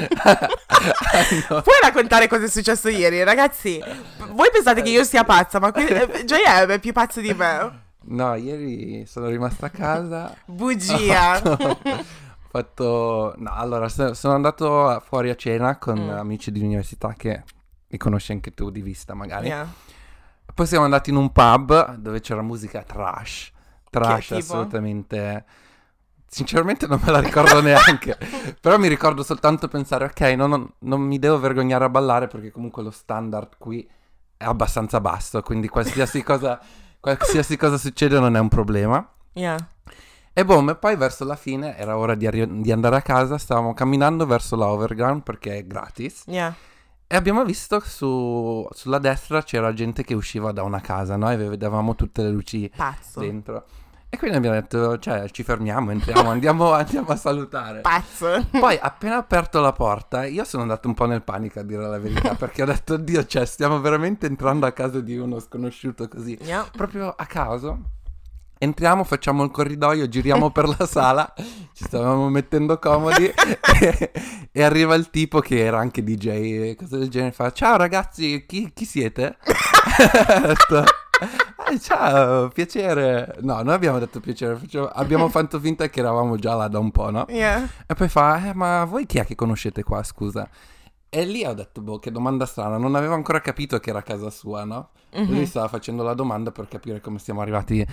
No. Puoi raccontare cosa è successo ieri, ragazzi? Voi pensate che io sia pazza, ma que- eh, J M è più pazzo di me. No, ieri sono rimasta a casa. Bugia. Ho fatto, ho fatto- no, allora so- sono andato fuori a cena con Mm. amici di università che li conosci anche tu di vista magari. Yeah. Poi siamo andati in un pub dove c'era musica trash. Trash tipo? assolutamente. Sinceramente non me la ricordo neanche. Però mi ricordo soltanto pensare, ok, no, non, non mi devo vergognare a ballare perché comunque lo standard qui è abbastanza basso. Quindi qualsiasi cosa, qualsiasi cosa succede non è un problema. Yeah. E boh, e poi verso la fine era ora di, arri- di andare a casa. Stavamo camminando verso la Overground perché è gratis. Yeah. E abbiamo visto su, sulla destra c'era gente che usciva da una casa, no? E vedevamo tutte le luci Pazzo. dentro. E quindi abbiamo detto, cioè, ci fermiamo, entriamo, andiamo, andiamo a salutare. Pazzo. Poi, appena aperto la porta, io sono andato un po' nel panico, a dire la verità, perché ho detto, oddio, cioè, stiamo veramente entrando a casa di uno sconosciuto così. Yeah. Proprio a caso. Entriamo, facciamo il corridoio, giriamo per la sala, ci stavamo mettendo comodi e, e arriva il tipo che era anche D J e cose del genere, fa, ciao ragazzi, chi, chi siete? Ho detto, "Ah, ciao, piacere." No, noi abbiamo detto piacere, facciamo- abbiamo fatto finta che eravamo già là da un po', no? Yeah. E poi fa, eh, ma voi chi è che conoscete qua, scusa? E lì ho detto, boh, che domanda strana, non avevo ancora capito che era casa sua, no? Mhm. Lui stava facendo la domanda per capire come siamo arrivati,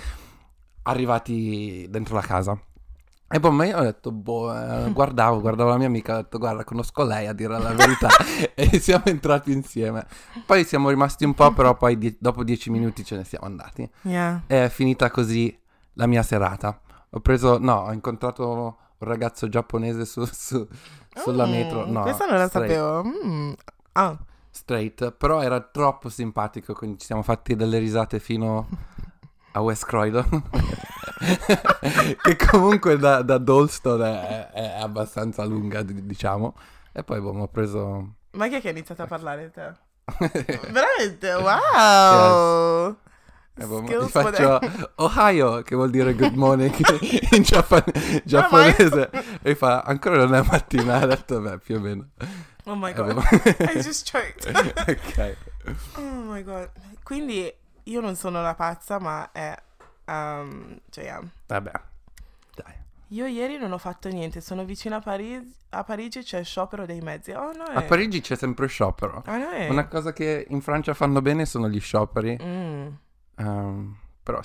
arrivati dentro la casa. E poi ma io ho detto, boh, eh, guardavo, guardavo la mia amica, ho detto, guarda, conosco lei a dire la verità. E siamo entrati insieme. Poi siamo rimasti un po', però poi die- dopo dieci minuti ce ne siamo andati. Yeah. È finita così la mia serata. Ho preso, no, ho incontrato un ragazzo giapponese su, su- sulla Mm, metro. No, questa non la straight, sapevo. Mm. Ah. straight, però era troppo simpatico, quindi ci siamo fatti delle risate fino a West Croydon. Che comunque da, da Dalston è, è abbastanza lunga, d- diciamo. E poi boh, ho preso... Ma chi è che ha iniziato a parlare te? Veramente? Wow! Yes. Ti faccio Ohio, che vuol dire good morning in Giappone, giapponese. E fa, ancora non è mattina. Ha detto, beh, più o meno. Oh my god, I just choked. Ok. Oh my god. Quindi io non sono la pazza, ma è um, J M. Vabbè, dai. Io ieri non ho fatto niente, sono vicino a Parigi, a Parigi c'è il sciopero dei mezzi. Oh no. A Parigi c'è sempre sciopero. Oh, no. Una cosa che in Francia fanno bene sono gli scioperi. Mm. Um, però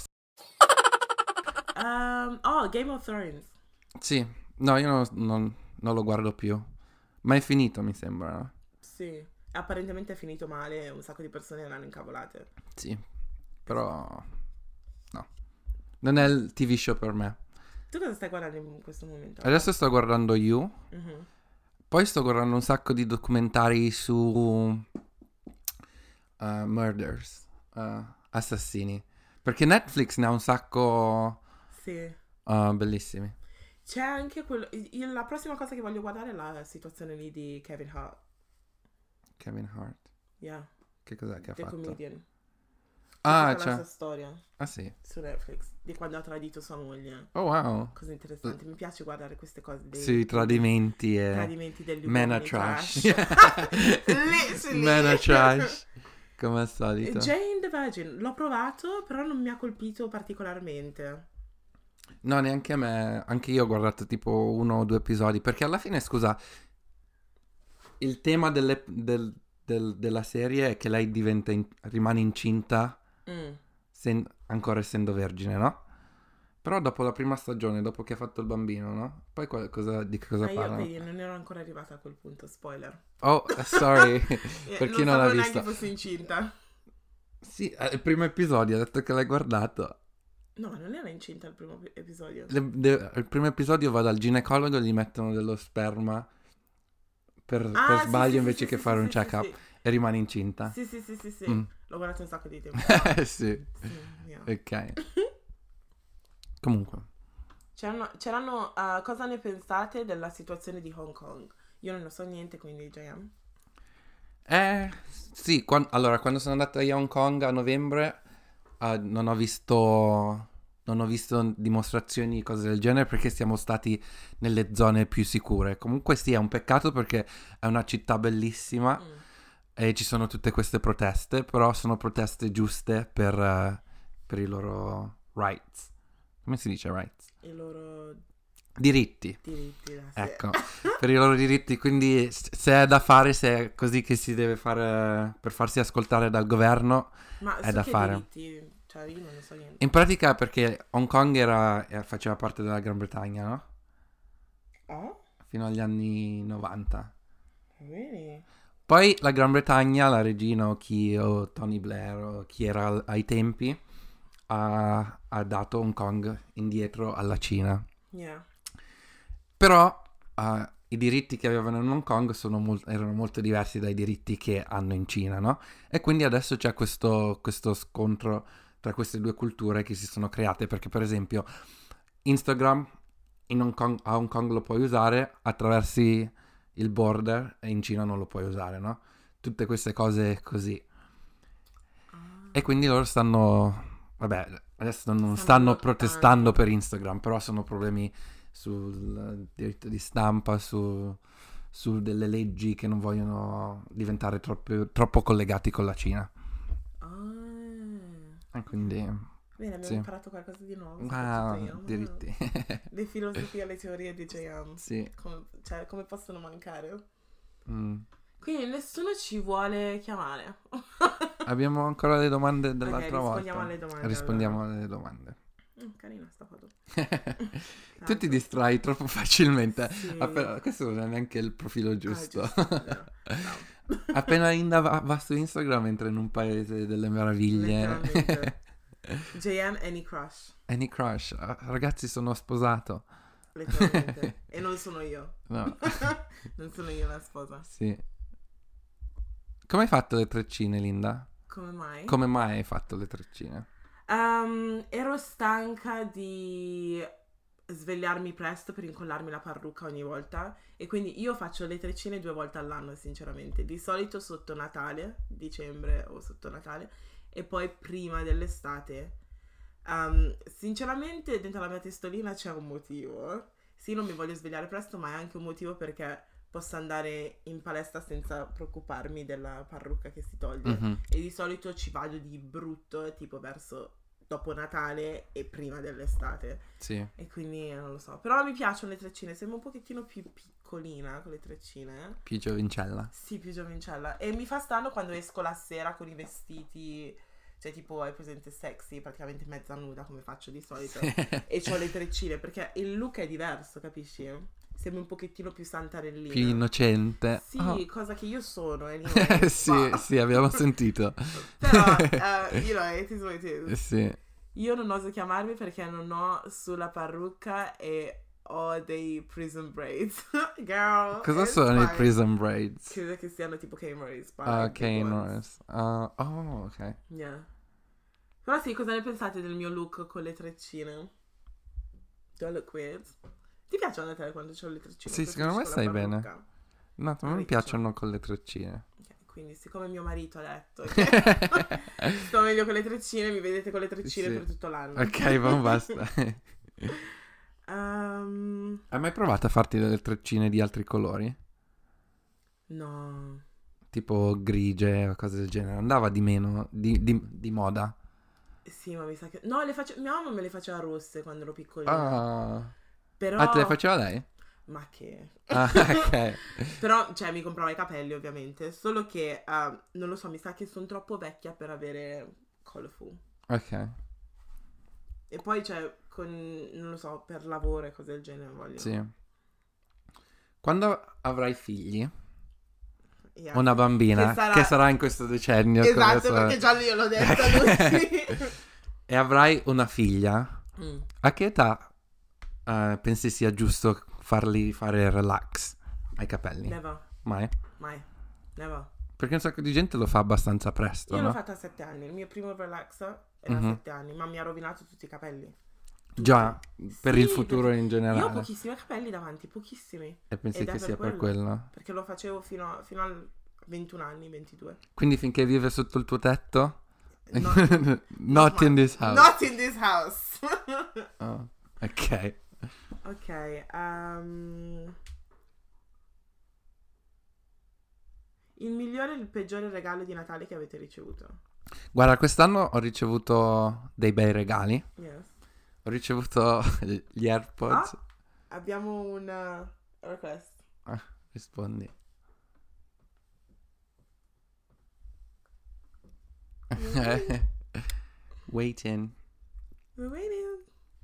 um, Oh, Game of Thrones. Sì, no, io non, non, non lo guardo più. Ma è finito, mi sembra. Sì, apparentemente è finito male, un sacco di persone l'hanno incavolate. Sì, però no, non è il T V show per me. Tu cosa stai guardando in questo momento? Adesso sto guardando You. Mm-hmm. Poi sto guardando un sacco di documentari su uh, murders, uh, assassini. Perché Netflix ne ha un sacco. Sì. Uh, bellissimi. C'è anche quello. Io, la prossima cosa che voglio guardare è la situazione lì di Kevin Hart. Kevin Hart. Yeah. Che cos'è che ha The fatto? Comedian. Ah, c'è c'è. la sua storia. Ah, sì. Su Netflix. Di quando ha tradito sua moglie. Oh, wow. Cose interessanti. Mi piace guardare queste cose. Dei, Sui tradimenti e. Tradimenti degli Men uomini are trash. trash. Men are trash. Come al solito. Jane the Virgin. L'ho provato, però non mi ha colpito particolarmente. No, neanche a me. Anche io ho guardato tipo uno o due episodi. Perché alla fine, scusa, il tema delle, del, del, della serie è che lei diventa in, rimane incinta mm. sen, ancora essendo vergine, no? Però dopo la prima stagione, dopo che ha fatto il bambino, no? Poi qual- cosa, di che cosa Ma parla? io non ero ancora arrivata a quel punto, spoiler. Oh, sorry. Per chi non, non l'ha sapevo visto. neanche fosse incinta. Sì, eh, il primo episodio, ha detto che l'hai guardato. No, non era incinta il primo episodio. Le, de, il primo episodio va dal ginecologo e gli mettono dello sperma per, ah, per sì, sbaglio sì, invece sì, che sì, fare sì, un sì, check-up sì. e rimane incinta. Sì, sì, sì, sì, sì. Mm. L'ho guardato un sacco di tempo fa. sì. Sì, yeah. Ok. Comunque. C'erano, c'erano uh, cosa ne pensate della situazione di Hong Kong? Io non ne so niente, quindi J M. Eh, sì, quan- allora, quando sono andato a Hong Kong a novembre uh, non ho visto non ho visto dimostrazioni, cose del genere, perché siamo stati nelle zone più sicure. Comunque sì, è un peccato perché è una città bellissima Mm. e ci sono tutte queste proteste, però sono proteste giuste per, uh, per i loro rights. Come si dice rights? I loro Diritti. diritti. Sì. Ecco, per i loro diritti, quindi se è da fare, se è così che si deve fare per farsi ascoltare dal governo, Ma è su da che fare. diritti? Cioè, io non ne so niente. In pratica perché Hong Kong era, eh, faceva parte della Gran Bretagna, no? Oh? Fino agli anni novanta. Really? Poi la Gran Bretagna, la regina o chi, o Tony Blair o chi era al- ai tempi, ha, ha dato Hong Kong indietro alla Cina. Yeah. Però uh, i diritti che avevano in Hong Kong sono mol- erano molto diversi dai diritti che hanno in Cina, no? E quindi adesso c'è questo, questo scontro tra queste due culture che si sono create, perché per esempio Instagram in Hong Kong, a Hong Kong lo puoi usare, attraversi il border e in Cina non lo puoi usare, no? Tutte queste cose così. Ah. E quindi loro stanno, vabbè, adesso non Stanno stanno lottando. protestando per Instagram, però sono problemi sul diritto di stampa, su, su delle leggi che non vogliono diventare troppo, troppo collegati con la Cina. Ah. E quindi Bene, abbiamo sì. imparato qualcosa di nuovo. Ah, soprattutto io. diritti. Le filosofie e le teorie di J M. Sì. Come, cioè, come possono mancare? Mm. Quindi nessuno ci vuole chiamare. Abbiamo ancora le domande dell'altra Ok, rispondiamo volta. alle domande, Rispondiamo alle domande. Mm, carina sta foto. Tu ti distrai troppo facilmente. Sì. Appena- questo non è neanche il profilo giusto. Ah, giusto, vero. Bravo. Appena Linda va, va su Instagram entra in un paese delle meraviglie. Letteralmente. J M, any crush. Any crush? Ah, ragazzi, sono sposato. Letteralmente. E non sono io. No. Non sono io la sposa. Sì. Come hai fatto le treccine, Linda? Come mai? Come mai hai fatto le treccine? Um, ero stanca di svegliarmi presto per incollarmi la parrucca ogni volta, e quindi io faccio le treccine due volte all'anno sinceramente, di solito sotto Natale, dicembre o sotto Natale, e poi prima dell'estate. Um, sinceramente dentro la mia testolina c'è un motivo. Sì, non mi voglio svegliare presto, ma è anche un motivo perché posso andare in palestra senza preoccuparmi della parrucca che si toglie. Mm-hmm. E di solito ci vado di brutto tipo verso dopo Natale e prima dell'estate. Sì. E quindi non lo so. Però mi piacciono le treccine. Sembra un pochettino più piccolina con le treccine. Più giovincella. Sì, più giovincella. E mi fa strano quando esco la sera con i vestiti, cioè tipo hai presente sexy, praticamente mezza nuda come faccio di solito. Sì. E c'ho le treccine perché il look è diverso, capisci? Sembra un pochettino più santarellina. Più innocente. Sì, Oh. cosa che io sono. Anyway, sì, ma... sì, abbiamo sentito. Però, uh, you know, it is what it is. Sì. Io non oso chiamarmi perché non ho sulla parrucca e ho dei prison braids. Girl, Cosa it's sono fine. i prison braids? Credo che siano tipo K-Morris. Ah, K-Morris. Uh, oh, ok. Yeah. Però sì, cosa ne pensate del mio look con le treccine? Do I look weird? Ti piacciono a te quando c'ho le treccine? Sì, secondo me stai bene. No, a me mi piacciono con le treccine. Okay, quindi siccome mio marito ha detto che sto meglio con le treccine, mi vedete con le treccine Sì. per tutto l'anno. Ok, ma basta. um, Hai mai provato a farti delle treccine di altri colori? no. Tipo grigie o cose del genere. Andava di meno, di, di, di moda. Sì, ma mi sa che... No, le face... mia mamma me le faceva rosse quando ero piccolina. Ah, Però... ah te le faceva lei? Ma che... Ah, ok. Però, cioè, mi comprava i capelli, ovviamente. Solo che, uh, non lo so, mi sa che sono troppo vecchia per avere colorful. Ok. E poi, cioè, con... non lo so, per lavoro e cose del genere voglio. Sì. Quando avrai figli, Yeah. una bambina, Che sarà... che sarà in questo decennio. come Esatto, sarà- perché già io l'ho detto a lui. E avrai una figlia, Mm. a che età eh, pensi sia giusto farli fare relax ai capelli? Never, Mai? mai, never. Perché un sacco di gente lo fa abbastanza presto, Io no? l'ho fatta a sette anni, il mio primo relax era a Mhm. sette anni, ma mi ha rovinato tutti i capelli. Già, per Sì, il futuro perché in generale. Io ho pochissimi capelli davanti, pochissimi. E pensi ed è che per sia per quello? Perché lo facevo fino a, fino al ventuno anni, ventidue. Quindi finché vive sotto il tuo tetto? No, Not in this house. Not in this house. Oh, ok. Ok, um... il migliore e il peggiore regalo di Natale che avete ricevuto? Guarda, quest'anno ho ricevuto dei bei regali. Yes. Ho ricevuto gli AirPods. Ah, abbiamo un uh, request. Ah, rispondi. Waiting. We're waiting.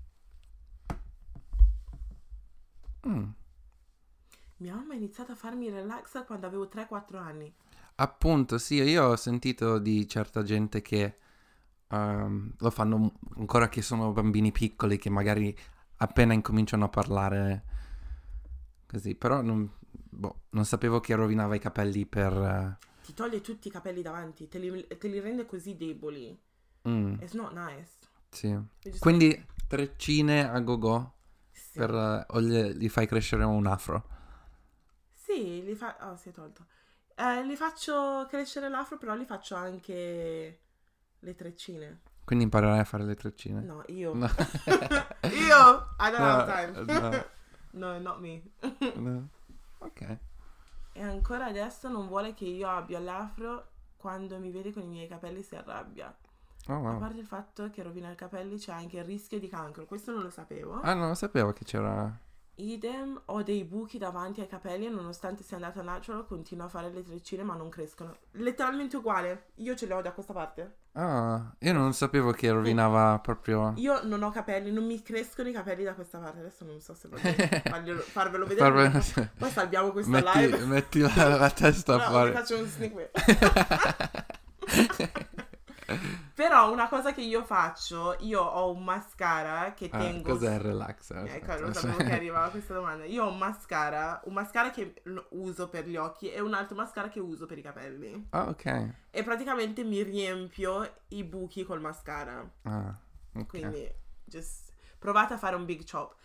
Mm. Mia mamma ha iniziato a farmi relax quando avevo tre quattro anni. Appunto, sì, io ho sentito di certa gente che um, lo fanno ancora che sono bambini piccoli, che magari appena incominciano a parlare così, però non, boh, non sapevo che rovinava i capelli per... uh, Ti toglie tutti i capelli davanti, te li, te li rende così deboli. mm, It's not nice. sì. You just- Quindi treccine a go-go Sì. per, uh, o gli, gli fai crescere un afro? Sì, li fa... Oh, si è tolto. Eh, li faccio crescere l'afro, però li faccio anche le treccine. Quindi imparerai a fare le treccine? No, io. No. Io! I don't No, have time. no. No, not me. No. Ok. E ancora adesso non vuole che io abbia l'afro, quando mi vede con i miei capelli si arrabbia. Oh, A wow. parte il fatto che rovina i capelli c'è anche il rischio di cancro. Questo non lo sapevo. Ah, non lo sapevo che c'era... Idem, ho dei buchi davanti ai capelli e nonostante sia andata natural continuo a fare le treccine ma non crescono. Letteralmente uguale. Io ce le ho da questa parte. Ah, io non sapevo che rovinava proprio... Io non ho capelli, non mi crescono i capelli da questa parte. Adesso non so se voglio farglielo- farvelo vedere. Farvelo- Poi salviamo questa metti, live. metti la, la testa No, fuori. vi faccio un sneak peek. Però una cosa che io faccio, io ho un mascara che Ah, tengo. cos'è il relax? Ecco, lo sapevo che arrivava questa domanda. Io ho un mascara, un mascara che lo uso per gli occhi e un altro mascara che uso per i capelli. Ah, ok. E praticamente mi riempio i buchi col mascara. Ah, ok. Quindi, just provate a fare un big chop.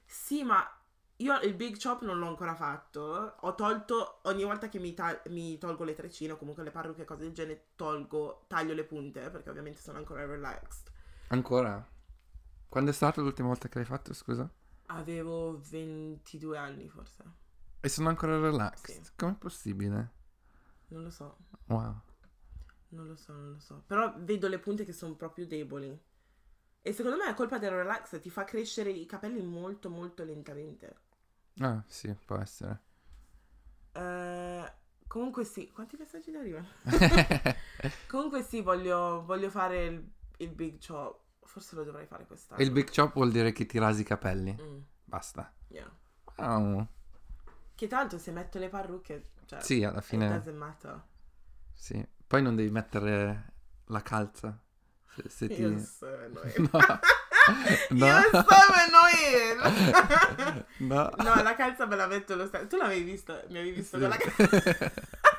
Sì, ma io il big chop non l'ho ancora fatto. Ho tolto, ogni volta che mi, ta- mi tolgo le treccine o comunque le parrucche e cose del genere, tolgo, taglio le punte perché ovviamente sono ancora relaxed. Ancora? Quando è stata l'ultima volta che l'hai fatto, scusa? Avevo ventidue anni forse. E sono ancora relaxed? Sì. Com'è possibile? Non lo so. Wow. Non lo so, non lo so. Però vedo le punte che sono proprio deboli. E secondo me è colpa del relax, ti fa crescere i capelli molto molto lentamente. Ah, sì, può essere. Eh, comunque sì, quanti messaggi ti arrivano? Comunque sì, voglio, voglio fare il, il big chop. Forse lo dovrei fare quest'anno. Il big chop vuol dire che ti rasi i capelli. Mm, Basta. yeah. Oh. Che tanto se metto le parrucche, cioè, Sì, alla it fine. doesn't matter. Sì. Poi non devi mettere la calza. Se, se ti... You're so annoying. No. No. You're so annoying. No. No, la calza me la metto lo stesso. Tu l'avevi visto? Mi avevi visto Sì. con la calza?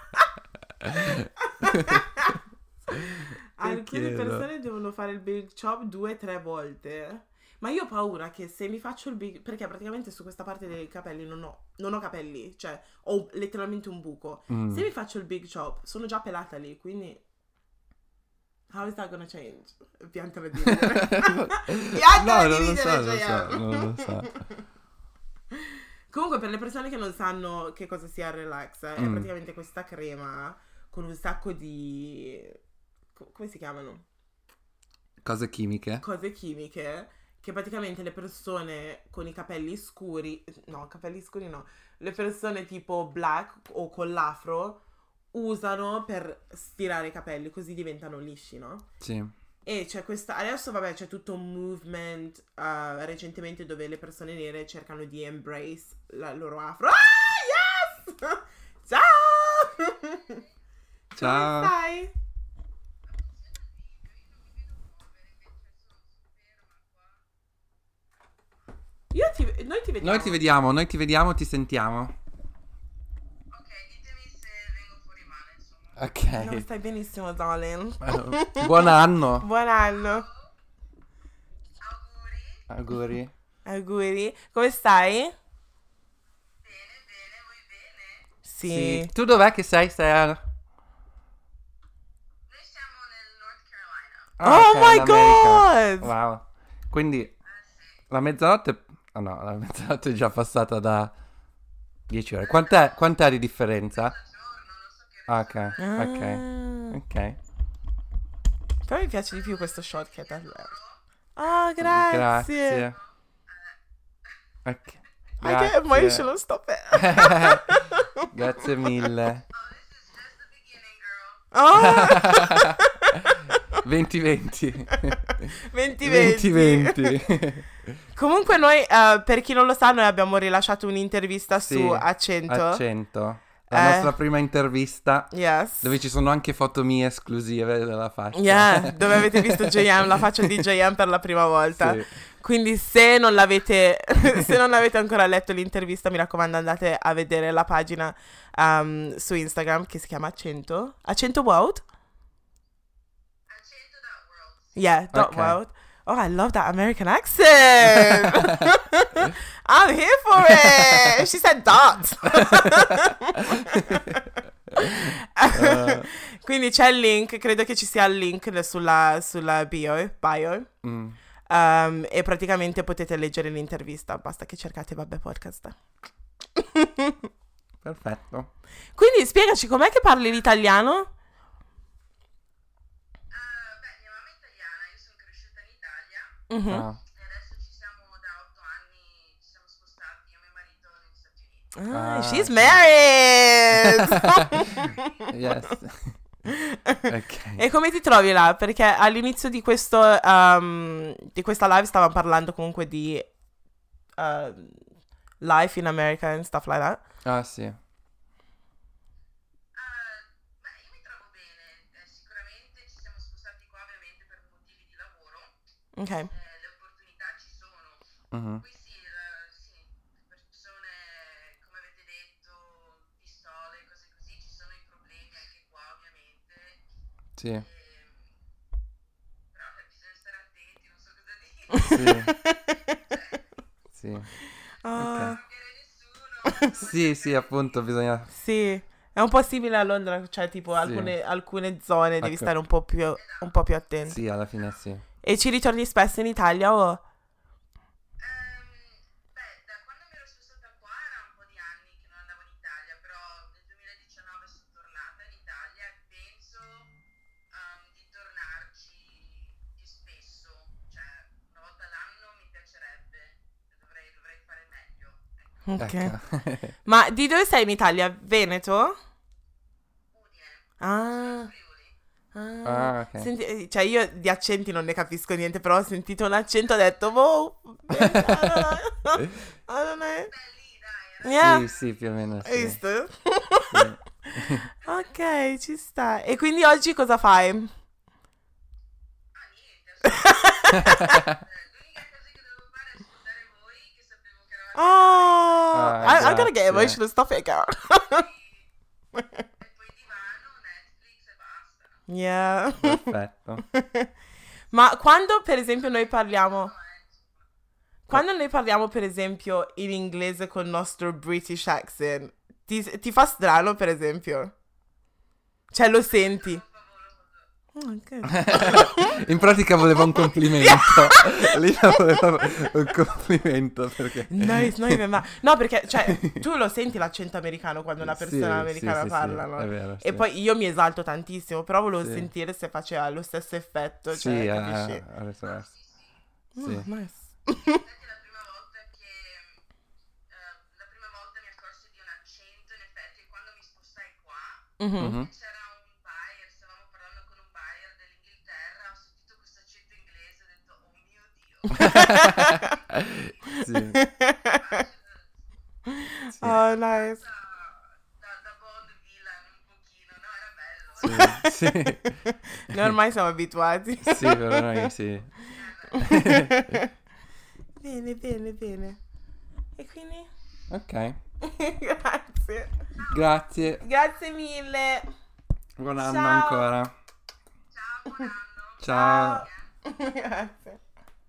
Alcune chiedo. persone devono fare il big chop due o tre volte. Ma io ho paura che se mi faccio il big... Perché praticamente su questa parte dei capelli non ho, non ho capelli. Cioè, ho letteralmente un buco. Mm. Se mi faccio il big chop, sono già pelata lì, quindi... How is that gonna change? Piantala di ridere. Piantala No, di non lo so, ridere, non lo so, Gioia. non lo so. Comunque, per le persone che non sanno che cosa sia il relax, è Mm. praticamente questa crema con un sacco di... co- come si chiamano? Cose chimiche. Cose chimiche che praticamente le persone con i capelli scuri, no, capelli scuri no, le persone tipo black o con l'afro usano per stirare i capelli, così diventano lisci, no? Sì. E c'è questa, adesso vabbè c'è tutto un movement uh, recentemente dove le persone nere cercano di embrace la loro afro. Ah, yes! Ciao! Ciao. Come stai? Io ti, noi ti vediamo. Noi ti vediamo, noi ti vediamo, ti sentiamo. Ok, ditemi se vengo fuori male, insomma. Ok. No, stai benissimo, darling. Eh, Buon anno. Buon anno. Auguri. Auguri. Auguri. Come stai? Bene, bene, voi bene? Sì. Tu dov'è che sei? Sei a... Noi siamo nel North Carolina. Ah, Oh ok, my in America. God! Wow. Quindi Eh sì. la mezzanotte... Ah no, la mezzanotte è già passata da dieci ore. Quant'è, quant'è di differenza? Da giorno, non so che Ah, ore ok, Ah. ok. Ok. Però mi piace di più questo shot che da... sono. Ah, grazie. Grazie. Ok. I get Grazie. emotional, stop it. Grazie mille. Oh, this is just the beginning, girl. Oh. venti venti. venti venti venti. venti. Comunque noi, eh, per chi non lo sa, noi abbiamo rilasciato un'intervista Sì, su Accento. Accento. La Eh. nostra prima intervista. Yes. Dove ci sono anche foto mie esclusive della faccia. Yeah, dove avete visto J M, la faccia di J M per la prima volta. Sì. Quindi se non l'avete se non avete ancora letto l'intervista, mi raccomando andate a vedere la pagina um, su Instagram che si chiama Accento. Accento World? Accento dot world. Yeah, dot Ok. world. Oh, I love that American accent. I'm here for it. She said dot. Uh, Quindi c'è il link, credo che ci sia il link sulla, sulla bio, bio. mm. Um, e praticamente potete leggere l'intervista, basta che cercate Vabbè Podcast. Perfetto. Quindi spiegaci com'è che parli l'italiano? Eh, beh, mia mamma è italiana, io sono cresciuta in Italia Mhm. Ah, e adesso ci siamo da otto anni, ci siamo spostati io e mio marito negli Stati Uniti. Ah, Ah, she's ok. married. Yes. Ok. E come ti trovi là? Perché all'inizio di questo um, di questa live stavamo parlando comunque di uh, life in America and stuff like that. Ah, sì. Eh, beh, io mi trovo bene, eh, sicuramente ci siamo spostati qua ovviamente per motivi di lavoro, Ok. eh, le opportunità ci sono. Mhm. Qui sì, la- sì, persone, come avete detto, pistole, cose così, ci sono i problemi anche qua ovviamente. Sì. Ehm, però eh, bisogna stare attenti, non so cosa dire. Sì. Sì. Ah, cambiare nessuno. Sì, sì, appunto, bisogna... sì, è un po' simile a Londra, cioè tipo Sì. alcune, alcune zone devi Ecco. stare un po' più, un po' più attento. Sì, alla fine sì. E ci ritorni spesso in Italia o? Ehm, beh, da quando mi ero spostata qua era un po' di anni che non andavo in Italia, però nel duemiladiciannove sono tornata in Italia e penso ehm, di tornarci più spesso, cioè una volta l'anno mi piacerebbe, dovrei, dovrei fare meglio. Ecco. Ok. Ecco. Ma di dove sei in Italia? Veneto? Udine, Ah, Friuli. ah. Ah, ok. Senti- eh, cioè io di accenti non ne capisco niente, però ho sentito un accento e ho detto, wow, I don't know. I don't know. Beh, lì dai, era Yeah. Sì, sì, più o meno Hai sì. visto? Sì. Ok, ci sta. E quindi oggi cosa fai? Ah, niente, assolutamente. L'unica cosa che dovevo fare è ascoltare voi, che sapevo che eravate Oh, Ah, I, I'm gonna get grazie. emotional. Stop it, girl. e poi divano, Netflix e basta. Yeah. Perfetto. Ma quando, per esempio, noi parliamo... No, eh, insomma. Quando noi parliamo, per esempio, in inglese con il nostro British accent, ti, ti fa strano, per esempio? Cioè, lo senti? Sono favoloso. Oh, good. In pratica voleva un complimento. Lina voleva un complimento perché... Nice, no, ma... no, perché, cioè, tu lo senti l'accento americano quando una Sì, persona sì, americana sì, sì, parla, no? è vero, E sì. poi io mi esalto tantissimo, però volevo Sì. sentire se faceva lo stesso effetto, Sì, cioè, eh, capisci? ha ragione. Sì, sì. Oh, Sì. nice. Infatti la prima volta che eh, la prima volta mi accorsi di un accento, in effetti, quando mi spostai qua, Mhm. Mhm. c'era un buyer, stavamo parlando con un buyer dell'Inghilterra, ho sentito questo accento inglese, ho detto, oh mio Dio. Sì, sì, Oh, nice. Da, da, da Bond villain un pochino, no? Era bello. sì, sì. Noi ormai siamo abituati. Sì, per noi sì. Bene, bene, bene. E quindi? Ok, Grazie. grazie. Grazie mille. Buon anno Ciao. ancora. Ciao, buon anno. Ciao. Grazie.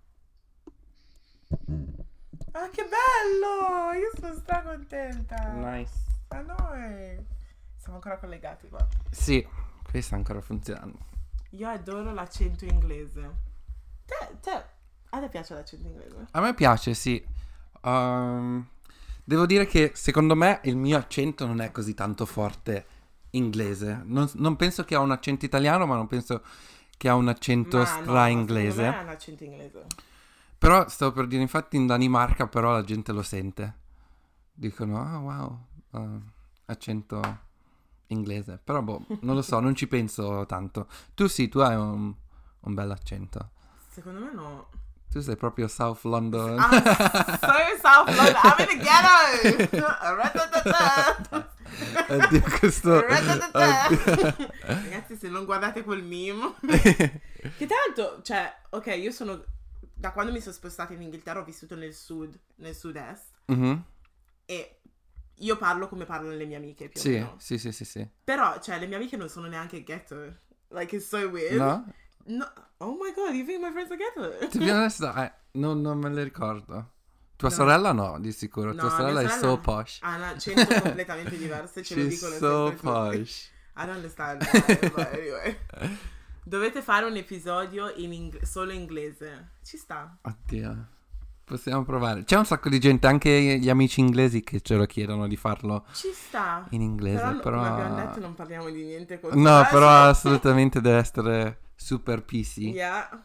Ah, che bello! Io sono stra contenta. Nice. A noi. Siamo ancora collegati qua. Sì, qui sta ancora funzionando. Io adoro l'accento inglese. Te, te, a te piace l'accento inglese? A me piace, sì. Ehm, devo dire che secondo me il mio accento non è così tanto forte inglese. Non, non penso che ha un accento italiano, ma non penso che ha un accento Ma no, stra secondo inglese. me è un accento inglese. Però stavo per dire, infatti in Danimarca però la gente lo sente. Dicono, ah wow, eh, accento inglese. Però boh, non lo so, non ci penso tanto. Tu sì, tu hai un, un bel accento. Secondo me no. Tu sei proprio South London. I'm so South London. I'm in the ghetto. Ratatata. Oddio, questo... Ratatata. Oddio. Ragazzi, se non guardate quel meme. Che tanto, cioè, ok, io sono... Da quando mi sono spostata in Inghilterra ho vissuto nel sud, nel sud-est. Mhm. E io parlo come parlano le mie amiche, più o Sì, meno. sì, sì, sì, sì. Però, cioè, le mie amiche non sono neanche ghetto. Like, it's so weird. No? No. Oh my god, you think my friends are ghetto? To be honest, eh, non, non me le ricordo. Tua No. sorella no, di sicuro. No, Tua sorella mia è sorella so posh. ha un accento completamente diverso, ce lo She's dicono so sempre tutti. posh. I don't understand that, but anyway. Dovete fare un episodio in ing- solo inglese. Ci sta. Oddio. Possiamo provare. C'è un sacco di gente, anche gli amici inglesi, che ce lo chiedono di farlo Ci sta. in inglese. Però, Però, come abbiamo detto, non parliamo di niente No, controverso. però assolutamente deve essere super P C. Yeah.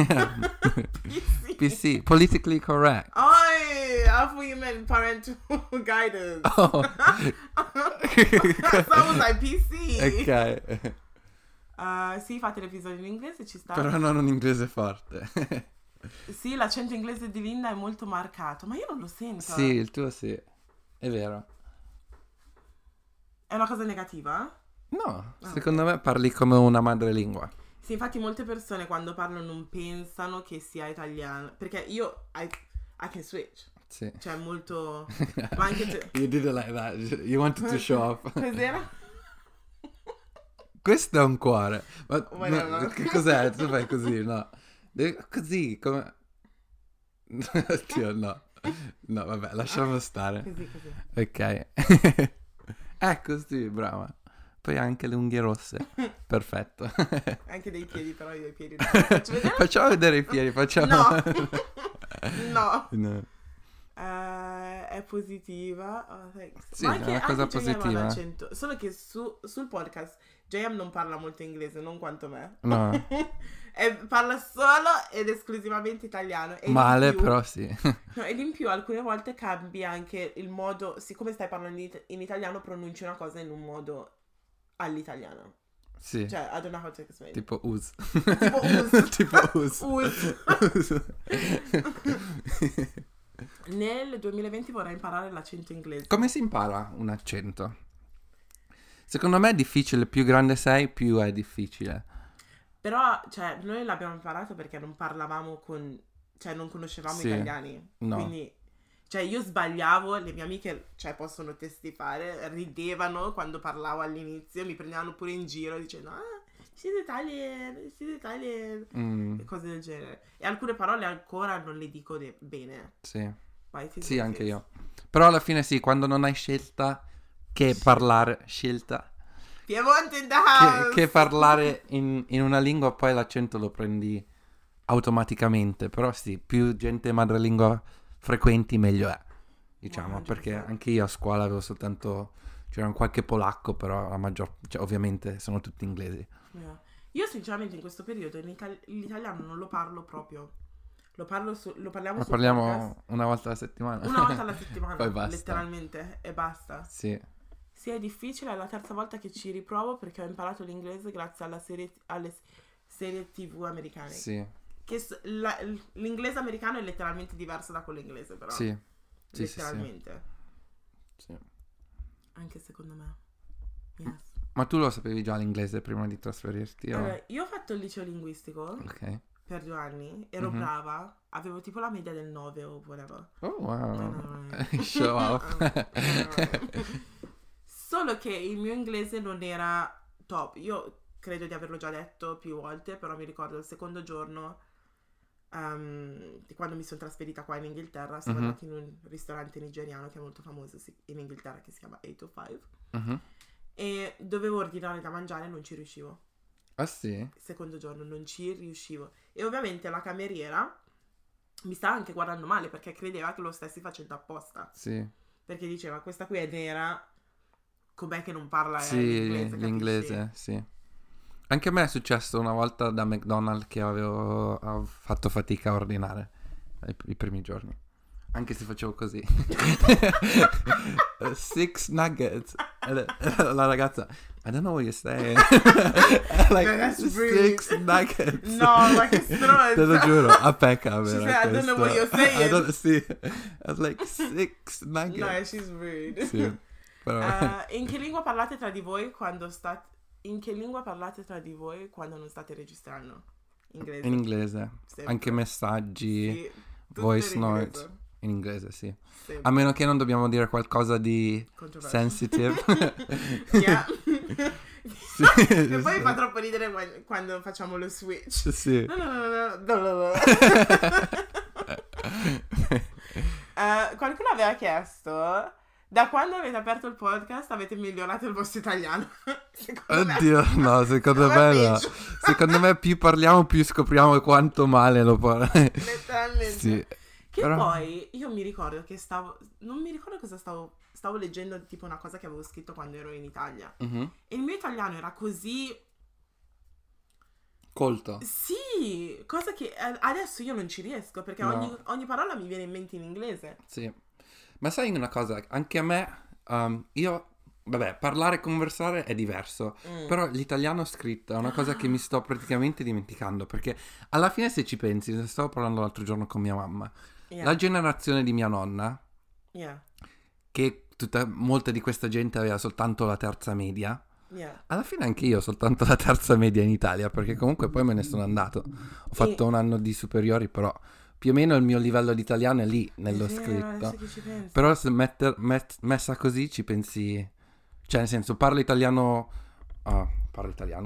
P C, politically correct. Oh, I thought you meant parental guidance. Oh. That sounds like P C. Ok. Uh, sì, fate l'episodio in inglese, ci sta. Però non un inglese forte. Sì, l'accento inglese di Linda è molto marcato, ma io non lo sento. Sì, il tuo sì. È vero. È una cosa negativa? No, Ah, secondo me parli come una madrelingua. Sì, infatti molte persone quando parlano non pensano che sia italiano. Perché io, I, I can switch. Sì. Cioè, molto... Ma anche tu... You did it like that. You wanted to show off. Cos'era? Questo è un cuore. Ma Whatever. no, che cos'è? Tu fai così, no? Devi- Così, come... Oddio, no. No, vabbè, lasciamo stare. Così, così. Ok. È così, brava. Poi ha anche le unghie rosse. Perfetto. Anche dei piedi, però io i piedi non li faccio vedere. Facciamo vedere i piedi, facciamo... No. No. No. Eh, è positiva. Oh, thanks. Sì, Ma è anche, una cosa anche J M ha positiva. l'accento. Solo che su- sul podcast J M non parla molto inglese, non quanto me. No. E parla solo ed esclusivamente italiano. E Male, in più, però sì. no, ed in più alcune volte cambia anche il modo, siccome stai parlando in, it- in italiano, pronunci una cosa in un modo all'italiano. Sì. Cioè, I don't know how to explain. Tipo us. Tipo us. Tipo us. Us. Us. Nel duemilaventi vorrei imparare l'accento inglese. Come si impara un accento? Secondo me è difficile, più grande sei, più è difficile. Però, cioè, noi l'abbiamo imparato perché non parlavamo con... Cioè, non conoscevamo Sì. italiani. No. Quindi, cioè, io sbagliavo, le mie amiche, cioè, possono testifare, ridevano quando parlavo all'inizio, mi prendevano pure in giro dicendo, ah, siete Italian, siete Italian, Mm, e cose del genere. E alcune parole ancora non le dico de- bene. sì. Vai, ti Sì, dico anche che- io. Però alla fine sì, quando non hai scelta che parlare, scelta, Piemonte in the che, house! che parlare in, in una lingua, poi l'accento lo prendi automaticamente. Però sì, più gente madrelingua frequenti, meglio è. Diciamo, No, perché giusto. anche io a scuola avevo soltanto... C'era un qualche polacco, però la maggior... Cioè, ovviamente sono tutti inglesi. Yeah. Io sinceramente in questo periodo in Ita- l'italiano non lo parlo proprio. Lo, parlo su- lo parliamo Ma sul parliamo podcast una volta alla settimana. una volta alla settimana, Poi basta. letteralmente, e basta. Sì. Sì, è difficile, è la terza volta che ci riprovo perché ho imparato l'inglese grazie alla serie, alle s- serie tivù americane. Sì. Che s- la- l'inglese americano è letteralmente diverso da quello inglese, però. Sì. Sì, sì, sì. letteralmente. Sì. Anche secondo me. Yes. Ma tu lo sapevi già l'inglese prima di trasferirti? o- Allora, io ho fatto il liceo linguistico Ok. per due anni, ero Mhm. brava, avevo tipo la media del nove o whatever. Oh, No, wow. no, no. Show off. Solo che il mio inglese non era top. Io credo di averlo già detto più volte, però mi ricordo il secondo giorno ehm, di quando mi sono trasferita qua in Inghilterra. Siamo Mhm. andati in un ristorante nigeriano che è molto famoso si- in Inghilterra, che si chiama eight oh five, Mhm. e dovevo ordinare da mangiare e non ci riuscivo. Ah sì? Il secondo giorno non ci riuscivo. E ovviamente la cameriera mi stava anche guardando male perché credeva che lo stessi facendo apposta. Sì. Perché diceva, questa qui è nera, com'è che non parla eh, Sì, l'inglese, capisci? l'inglese, sì. Anche a me è successo una volta da McDonald's che avevo, avevo fatto fatica a ordinare i, i primi giorni. Anche se facevo così. Six nuggets. E la, la ragazza, I don't know what you're saying. Like, That's rude. six nuggets. No, ma che stronza. Te lo giuro, a pecca She era said, I don't know what questo. you're saying. I don't- sì. I was like, six nuggets. No, she's rude. Sì, però... Eh, in che lingua parlate tra di voi quando state... In che lingua parlate tra di voi quando non state registrando? Inglese. In inglese. Sempre. Anche messaggi, Sì, tutto voice in note. inglese. In inglese, sì. Sempre. A meno che non dobbiamo dire qualcosa di Controversial. sensitive. Yeah. Sì, E poi sì. fa troppo ridere quan- quando facciamo lo switch. Sì. No, no, no, no, no, no, no. Eh, qualcuno aveva chiesto da quando avete aperto il podcast avete migliorato il vostro italiano. Secondo me- Oddio, no, secondo me no. peggio. Secondo me più parliamo più scopriamo quanto male lo parla. Letteralmente. Sì. Che Però- poi io mi ricordo che stavo, non mi ricordo cosa stavo, stavo leggendo, tipo una cosa che avevo scritto quando ero in Italia. Mhm. E il mio italiano era così, Colto. sì, cosa che eh, adesso io non ci riesco perché No. ogni, ogni parola mi viene in mente in inglese. Sì. Ma sai una cosa? Anche a me, um, io... Vabbè, parlare e conversare è diverso. Mm. Però l'italiano scritto è una cosa che mi sto praticamente dimenticando. Perché alla fine, se ci pensi, ne stavo parlando l'altro giorno con mia mamma. Yeah, La generazione di mia nonna, yeah, che tutta, molta di questa gente aveva soltanto la terza media. yeah. Alla fine anche io ho soltanto la terza media in Italia, perché comunque poi me ne sono andato. Ho fatto E- un anno di superiori, però più o meno il mio livello di italiano è lì, nello È vero, scritto. adesso che ci penso. Però se metter- met- messa così ci pensi... Cioè, nel senso, parlo italiano... ah, parlo italiano?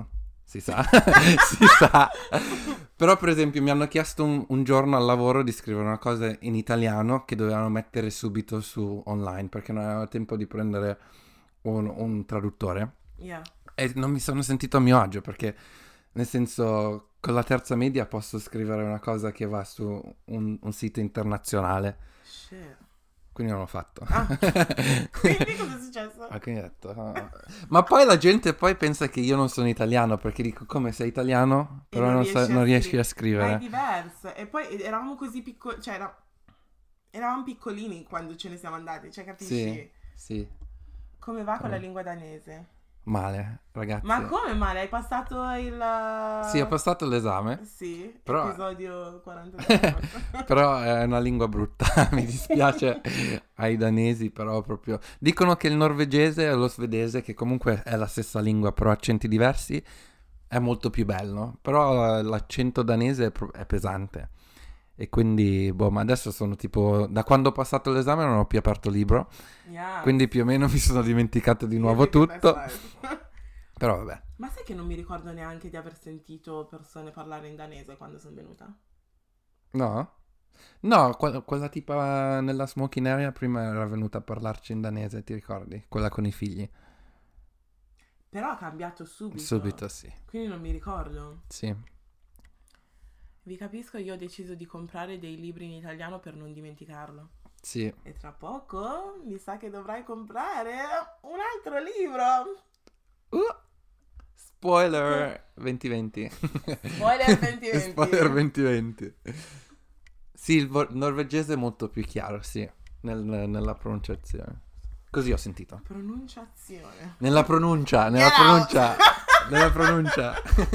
Si sa, si sa. Però per esempio mi hanno chiesto un, un giorno al lavoro di scrivere una cosa in italiano che dovevano mettere subito su online perché non aveva tempo di prendere un, un traduttore. Yeah. E non mi sono sentito a mio agio perché, nel senso, con la terza media posso scrivere una cosa che va su un, un sito internazionale. Shit. Quindi non l'ho fatto. Ah. Quindi cosa è successo? Ah, quindi ho detto, ah. Ma poi la gente poi pensa che io non sono italiano perché dico come sei italiano E però non non, riesci sa- a non riesci scri- a scrivere. Ma è diverso. E poi eravamo così piccoli, cioè era- eravamo piccolini quando ce ne siamo andati, cioè capisci? Sì, sì, Come va con la Oh. lingua danese? male ragazzi. Ma come male? Hai passato il... Sì, ho passato l'esame, Sì, Però- episodio quarantadue. però è una lingua brutta, mi dispiace ai danesi, però proprio... Dicono che il norvegese e lo svedese, che comunque è la stessa lingua però accenti diversi, è molto più bello, però l'accento danese è, pro- è pesante. E quindi, boh, ma adesso sono tipo... Da quando ho passato l'esame non ho più aperto libro, Yeah. quindi più o meno mi sono dimenticato di nuovo Io dico tutto. that's life. Però vabbè. Ma sai che non mi ricordo neanche di aver sentito persone parlare in danese quando sono venuta? No? No, que- quella tipa nella smoking area prima era venuta a parlarci in danese, ti ricordi? Quella con i figli. Però ha cambiato subito. Subito, sì. Quindi non mi ricordo. Sì. Vi capisco, io ho deciso di comprare dei libri in italiano per non dimenticarlo. Sì. E tra poco mi sa che dovrai comprare un altro libro. Uh, spoiler duemilaventi. Spoiler duemilaventi. Spoiler duemilaventi. Sì, il vo- norvegese è molto più chiaro, sì, nel- nella pronunciazione. Così ho sentito. Pronunciazione. Nella pronuncia, nella Get pronuncia, out. nella pronuncia.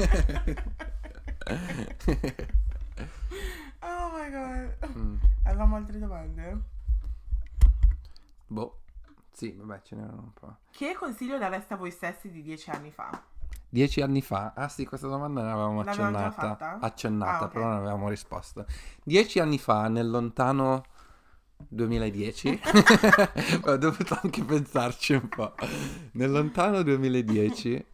Oh my god. Mm. Avevamo altre domande? Boh, sì, vabbè, ce n'erano un po'. Che consiglio dareste a voi stessi di dieci anni fa? Dieci anni fa? Ah sì, questa domanda ne avevamo L'avevamo già accennata. fatta? Accennata, Ah, ok. però non avevamo risposto. Dieci anni fa, nel lontano duemiladieci, ho dovuto anche pensarci un po'. Nel lontano duemiladieci,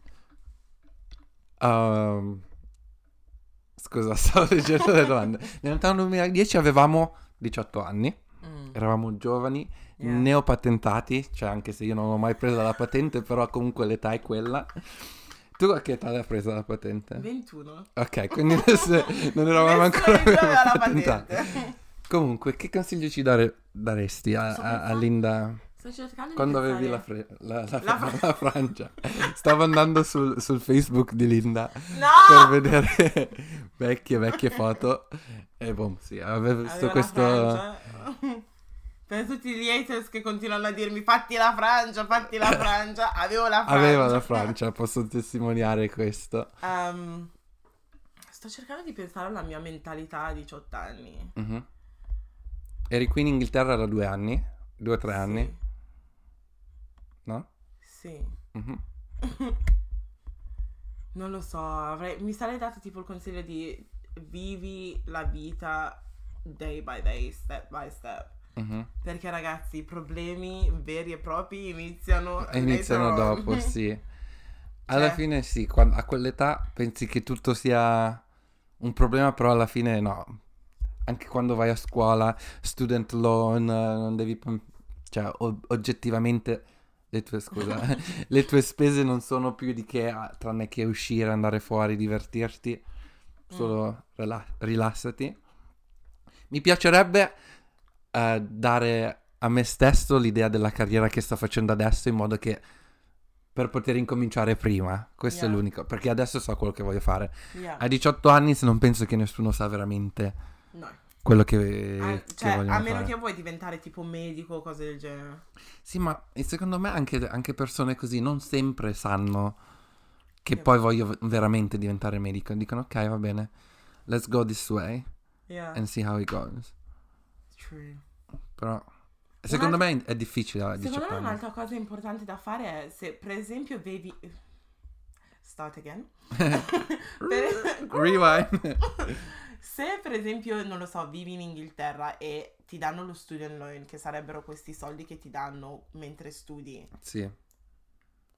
um, scusa, stavo leggendo le domande. Nel lontano duemiladieci avevamo diciotto anni, Mm. eravamo giovani, Yeah. neopatentati, cioè anche se io non ho mai preso la patente, però comunque l'età è quella. Tu a che età l'hai presa la patente? ventuno. Ok, quindi adesso non eravamo Nessuno ancora di noi aveva la patentati. patente. Comunque, che consiglio ci dare- daresti a, Sto a- a pensando- Linda Sto cercando quando di avevi la, pensare... fre- la, la, La la- Fra- la Francia? Stavo andando sul, sul Facebook di Linda per No! vedere vecchie, vecchie foto e boh, sì, avevo visto Aveva la questo... Francia. Per tutti gli haters che continuano a dirmi fatti la Francia, fatti la Francia, avevo la Francia. Aveva la Francia, posso testimoniare questo. Ehm, sto cercando di pensare alla mia mentalità a diciotto anni. Mhm. Eri qui in Inghilterra da due anni? Due o tre anni? No? Sì. Mhm. Non lo so, avrei, mi sarei dato tipo il consiglio di vivi la vita day by day, step by step. Mhm. Perché ragazzi, i problemi veri e propri iniziano Iniziano later on. dopo, sì. Alla Cioè- fine sì, quan- a quell'età pensi che tutto sia un problema, però alla fine no. Anche quando vai a scuola, student loan, eh, non devi... pen- Cioè, o- oggettivamente, le tue, scusa, le tue spese non sono più di che, ah, tranne che uscire, andare fuori, divertirti. Solo rela- rilassati. Mi piacerebbe eh, dare a me stesso l'idea della carriera che sto facendo adesso in modo che per poter incominciare prima. Questo Yeah. è l'unico, perché adesso so quello che voglio fare. Yeah. A diciotto anni se non penso che nessuno sa veramente No. quello che, Ah, che cioè, vogliono a meno fare. che vuoi diventare tipo medico o cose del genere. Sì, ma e secondo me anche, anche persone così non sempre sanno che Yeah. poi voglio v- veramente diventare medico. Dicono ok, va bene, let's go this way Yeah, and see how it goes. true. Però secondo me è difficile a Secondo diciotto me anni. un'altra cosa importante da fare è se per esempio vedi... Start again. Per- Rewind. Se per esempio, non lo so, vivi in Inghilterra e ti danno lo student loan, che sarebbero questi soldi che ti danno mentre studi, Sì.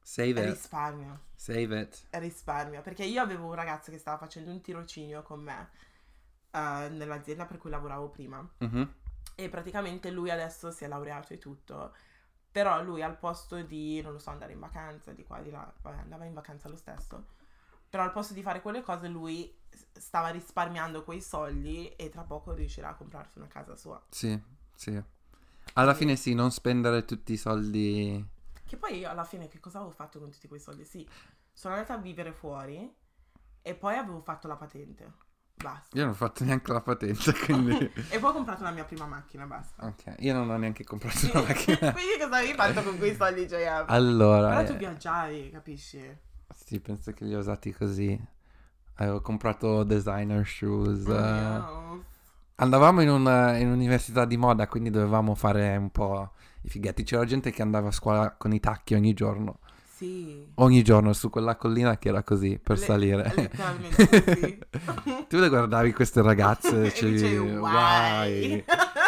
Save it. risparmio. Save it. Risparmio. Perché io avevo un ragazzo che stava facendo un tirocinio con me uh, nell'azienda per cui lavoravo prima. Mm-hmm. E praticamente lui adesso si è laureato e tutto. Però lui al posto di, non lo so, andare in vacanza di qua e di là, vabbè, andava in vacanza lo stesso. Però al posto di fare quelle cose lui stava risparmiando quei soldi e tra poco riuscirà a comprarsi una casa sua. Sì, sì. Alla Quindi- fine sì, non spendere tutti i soldi. Che poi io alla fine che cosa avevo fatto con tutti quei soldi? Sì, sono andata a vivere fuori e poi avevo fatto la patente. Basta. Io non ho fatto neanche la patente, quindi... E poi ho comprato la mia prima macchina, basta. Ok, io non ho neanche comprato la macchina. Quindi cosa avevi fatto con quei soldi, J M? Allora, Però tu eh, viaggiavi, capisci? sì, penso che li ho usati così. Avevo comprato designer shoes. Oh, eh. no. Andavamo in, una, in un'università di moda, quindi dovevamo fare un po' i fighetti. C'era gente che andava a scuola con i tacchi ogni giorno. Sì. Ogni giorno su quella collina che era così, per Le- salire. Letteralmente così. Tu le guardavi queste ragazze e E dicevi, dicevi, "Why?" "Why?"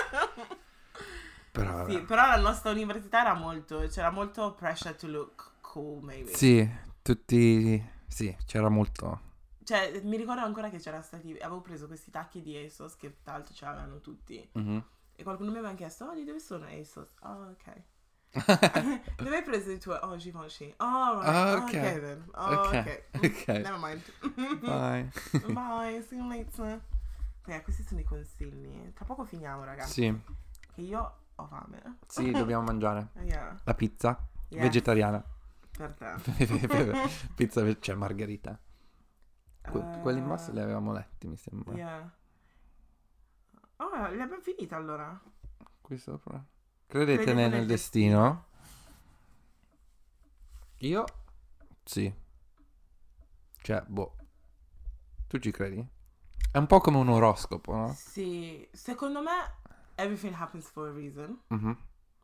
Però vabbè. Sì, però la nostra università era molto, c'era molto pressure to look cool, maybe. Sì, tutti... Sì, c'era molto... Cioè, mi ricordo ancora che c'era stati, avevo preso questi tacchi di ASOS che tra l'altro ce l'avevano tutti. Mhm. E qualcuno mi aveva chiesto, oh, di dove sono ASOS? Oh, ok. Dove hai preso i tuoi? Oh, Givenchy. Oh, right. Ah, Oh, ok. ok, then. Oh, Ok, ok. ok. Never mind. Bye. Bye, see you later. Eh, questi sono i consigli. Tra poco finiamo, ragazzi. Sì, Che io ho fame. sì, dobbiamo mangiare. Yeah, La pizza, Yes. vegetariana. per te. Pizza, ve- cioè margherita. Que- Eh, quelli in basso li avevamo letti, mi sembra. Yeah. Oh, li abbiamo finita allora. Qui sopra. Credete Credete nel, nel destino? Io? Sì. Cioè, boh. Tu ci credi? È un po' come un oroscopo, no? Sì, secondo me everything happens for a reason. Mhm.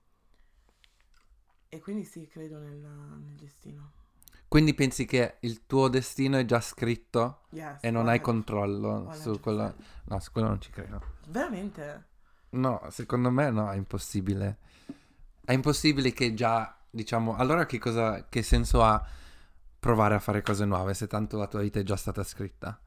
E quindi sì, credo nel, nel destino. Quindi pensi che il tuo destino è già scritto Yes. e non hai cento controllo su cento quello? No, su quello non ci credo. Veramente? No, secondo me no, è impossibile. È impossibile che già, diciamo, allora che cosa, che senso ha provare a fare cose nuove se tanto la tua vita è già stata scritta?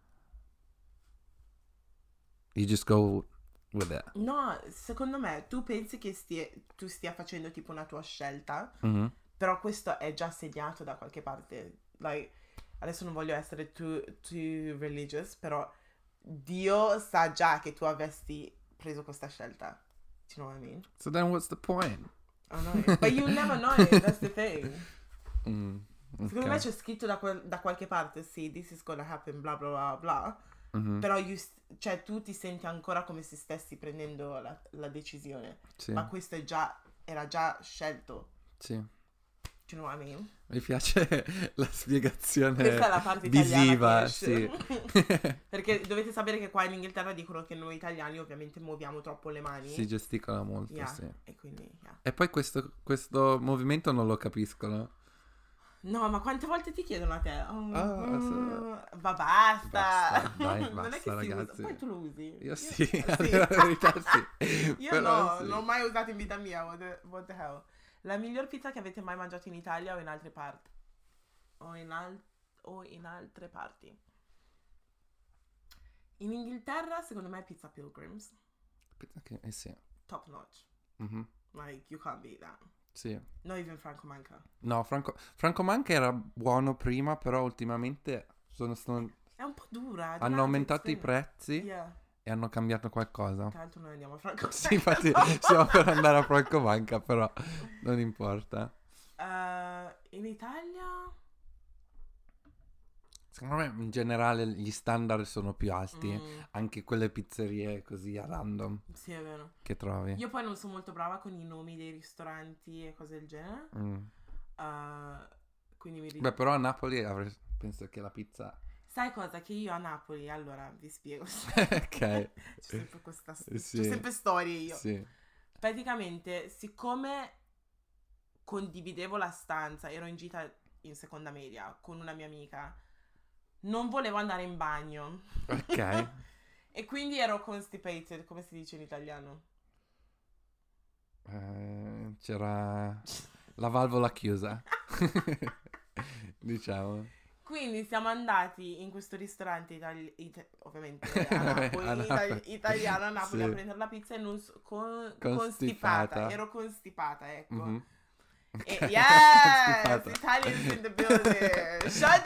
You just go with it. No, secondo me tu pensi che stia, tu stia facendo tipo una tua scelta, Mhm. però questo è già segnato da qualche parte. Like, adesso non voglio essere too, too religious, però Dio sa già che tu avresti preso questa scelta. Do you know what I mean? So then what's the point? I know it. But you never know it, that's the thing. Mm, Secondo ok. me c'è scritto da, quel- da qualche parte, sì, this is gonna happen, bla bla bla bla. Mhm. Però you st- cioè, tu ti senti ancora come se stessi prendendo la, la decisione. Sì, Ma questo è già, era già scelto. sì. Do you know what I mean? Mi piace la spiegazione Questa è la parte italiana visiva, che sì. esce. Perché dovete sapere che qua in Inghilterra dicono che noi italiani ovviamente muoviamo troppo le mani. Si gesticola molto, Yeah, sì. E quindi, yeah. E poi questo, questo movimento non lo capiscono. No, ma quante volte ti chiedono a te? Oh, Ah, mm, ma basta. Basta, dai, Non è basta, che si ragazzi. usa. Poi tu lo usi. Io sì, sì. la verità sì. Io Però no, sì. non l'ho mai usato in vita mia. What the, what the hell? La miglior pizza che avete mai mangiato in Italia o in altre parti? O in, al- o in altre parti? In Inghilterra, secondo me, Pizza Pilgrims. Ok, eh sì. Top notch. Mhm. Like, you can't beat that. Sì. Not even Franco Manca. No, Franco, Franco Manca era buono prima, però ultimamente sono, sono- È un po' dura. hanno aumentato i prezzi Yeah. e hanno cambiato qualcosa. Tra l'altro noi andiamo a Franco Sì, infatti stiamo per andare a Franco Manca, però non importa. Eh, in Italia... Secondo me in generale gli standard sono più alti, Mm, anche quelle pizzerie così a random sì, è vero. che trovi. Io poi non sono molto brava con i nomi dei ristoranti e cose del genere. Mm. Eh, quindi mi Beh, ricordo. però a Napoli avrei- penso che la pizza... Sai cosa? Che io a Napoli, allora vi spiego. Ok. C'è sempre questa Sì. c'è sempre storie io. Sì. Praticamente, siccome condividevo la stanza, ero in gita in seconda media con una mia amica, non volevo andare in bagno. Ok. E quindi ero constipated, come si dice in italiano? Eh, c'era la valvola chiusa. Diciamo. Quindi siamo andati in questo ristorante itali- ita- ovviamente a Napoli, A Napoli. itali- italiano a Napoli Sì. a prendere la pizza e non so- con- Constipata. constipata. Ero constipata, ecco. Mhm. E Ok. yes, Constipata. Italians in the building. Shut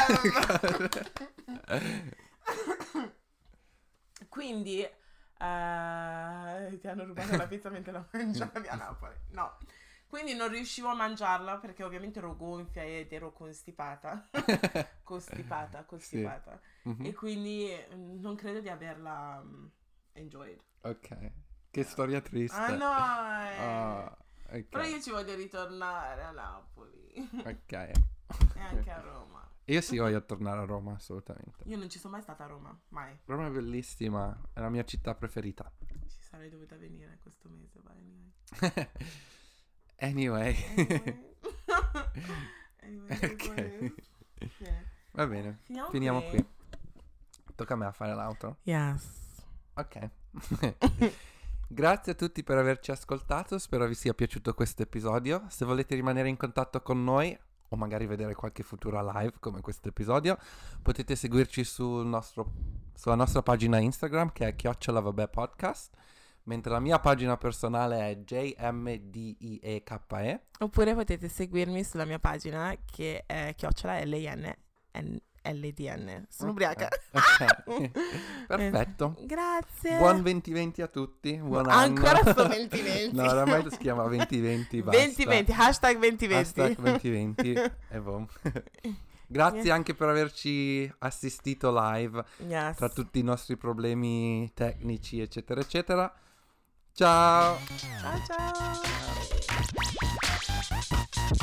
up. Quindi eh, ti hanno rubato la pizza mentre la mangiavi a Napoli. No. Quindi non riuscivo a mangiarla perché ovviamente ero gonfia ed ero constipata. Costipata, costipata. Mhm. E quindi mm, non credo di averla mm, enjoyed. Ok. Che storia triste. Ah no! eh. Ah, ok. Però io ci voglio ritornare a Napoli. Ok. E anche a Roma. Io sì voglio tornare a Roma, assolutamente. Io non ci sono mai stata a Roma, mai. Roma è bellissima, è la mia città preferita. Ci sarei dovuta venire questo mese, ma anyway. Anyway. Anyway. Anyway, Ok. anyway. Yeah. Va bene, Finiamo finiamo qui. qui. Tocca a me a fare l'altro. Yes. Ok. Grazie a tutti per averci ascoltato, spero vi sia piaciuto questo episodio. Se volete rimanere in contatto con noi o magari vedere qualche futura live come questo episodio, potete seguirci sul nostro, sulla nostra pagina Instagram che è chiocciola vabbè podcast, mentre la mia pagina personale è J M D I E K E. Oppure potete seguirmi sulla mia pagina che è chiocciola L I N L D N. Sono ubriaca. Ok. Perfetto. Grazie. Buon venti venti a tutti. Buon Ancora anno. sto venti venti. No, oramai si chiama venti venti. Basta. venti venti, hashtag venti venti. Hashtag venti venti. E boom. Grazie Yeah. anche per averci assistito live Yes. tra tutti i nostri problemi tecnici, eccetera, eccetera. Ciao. Ciao ciao.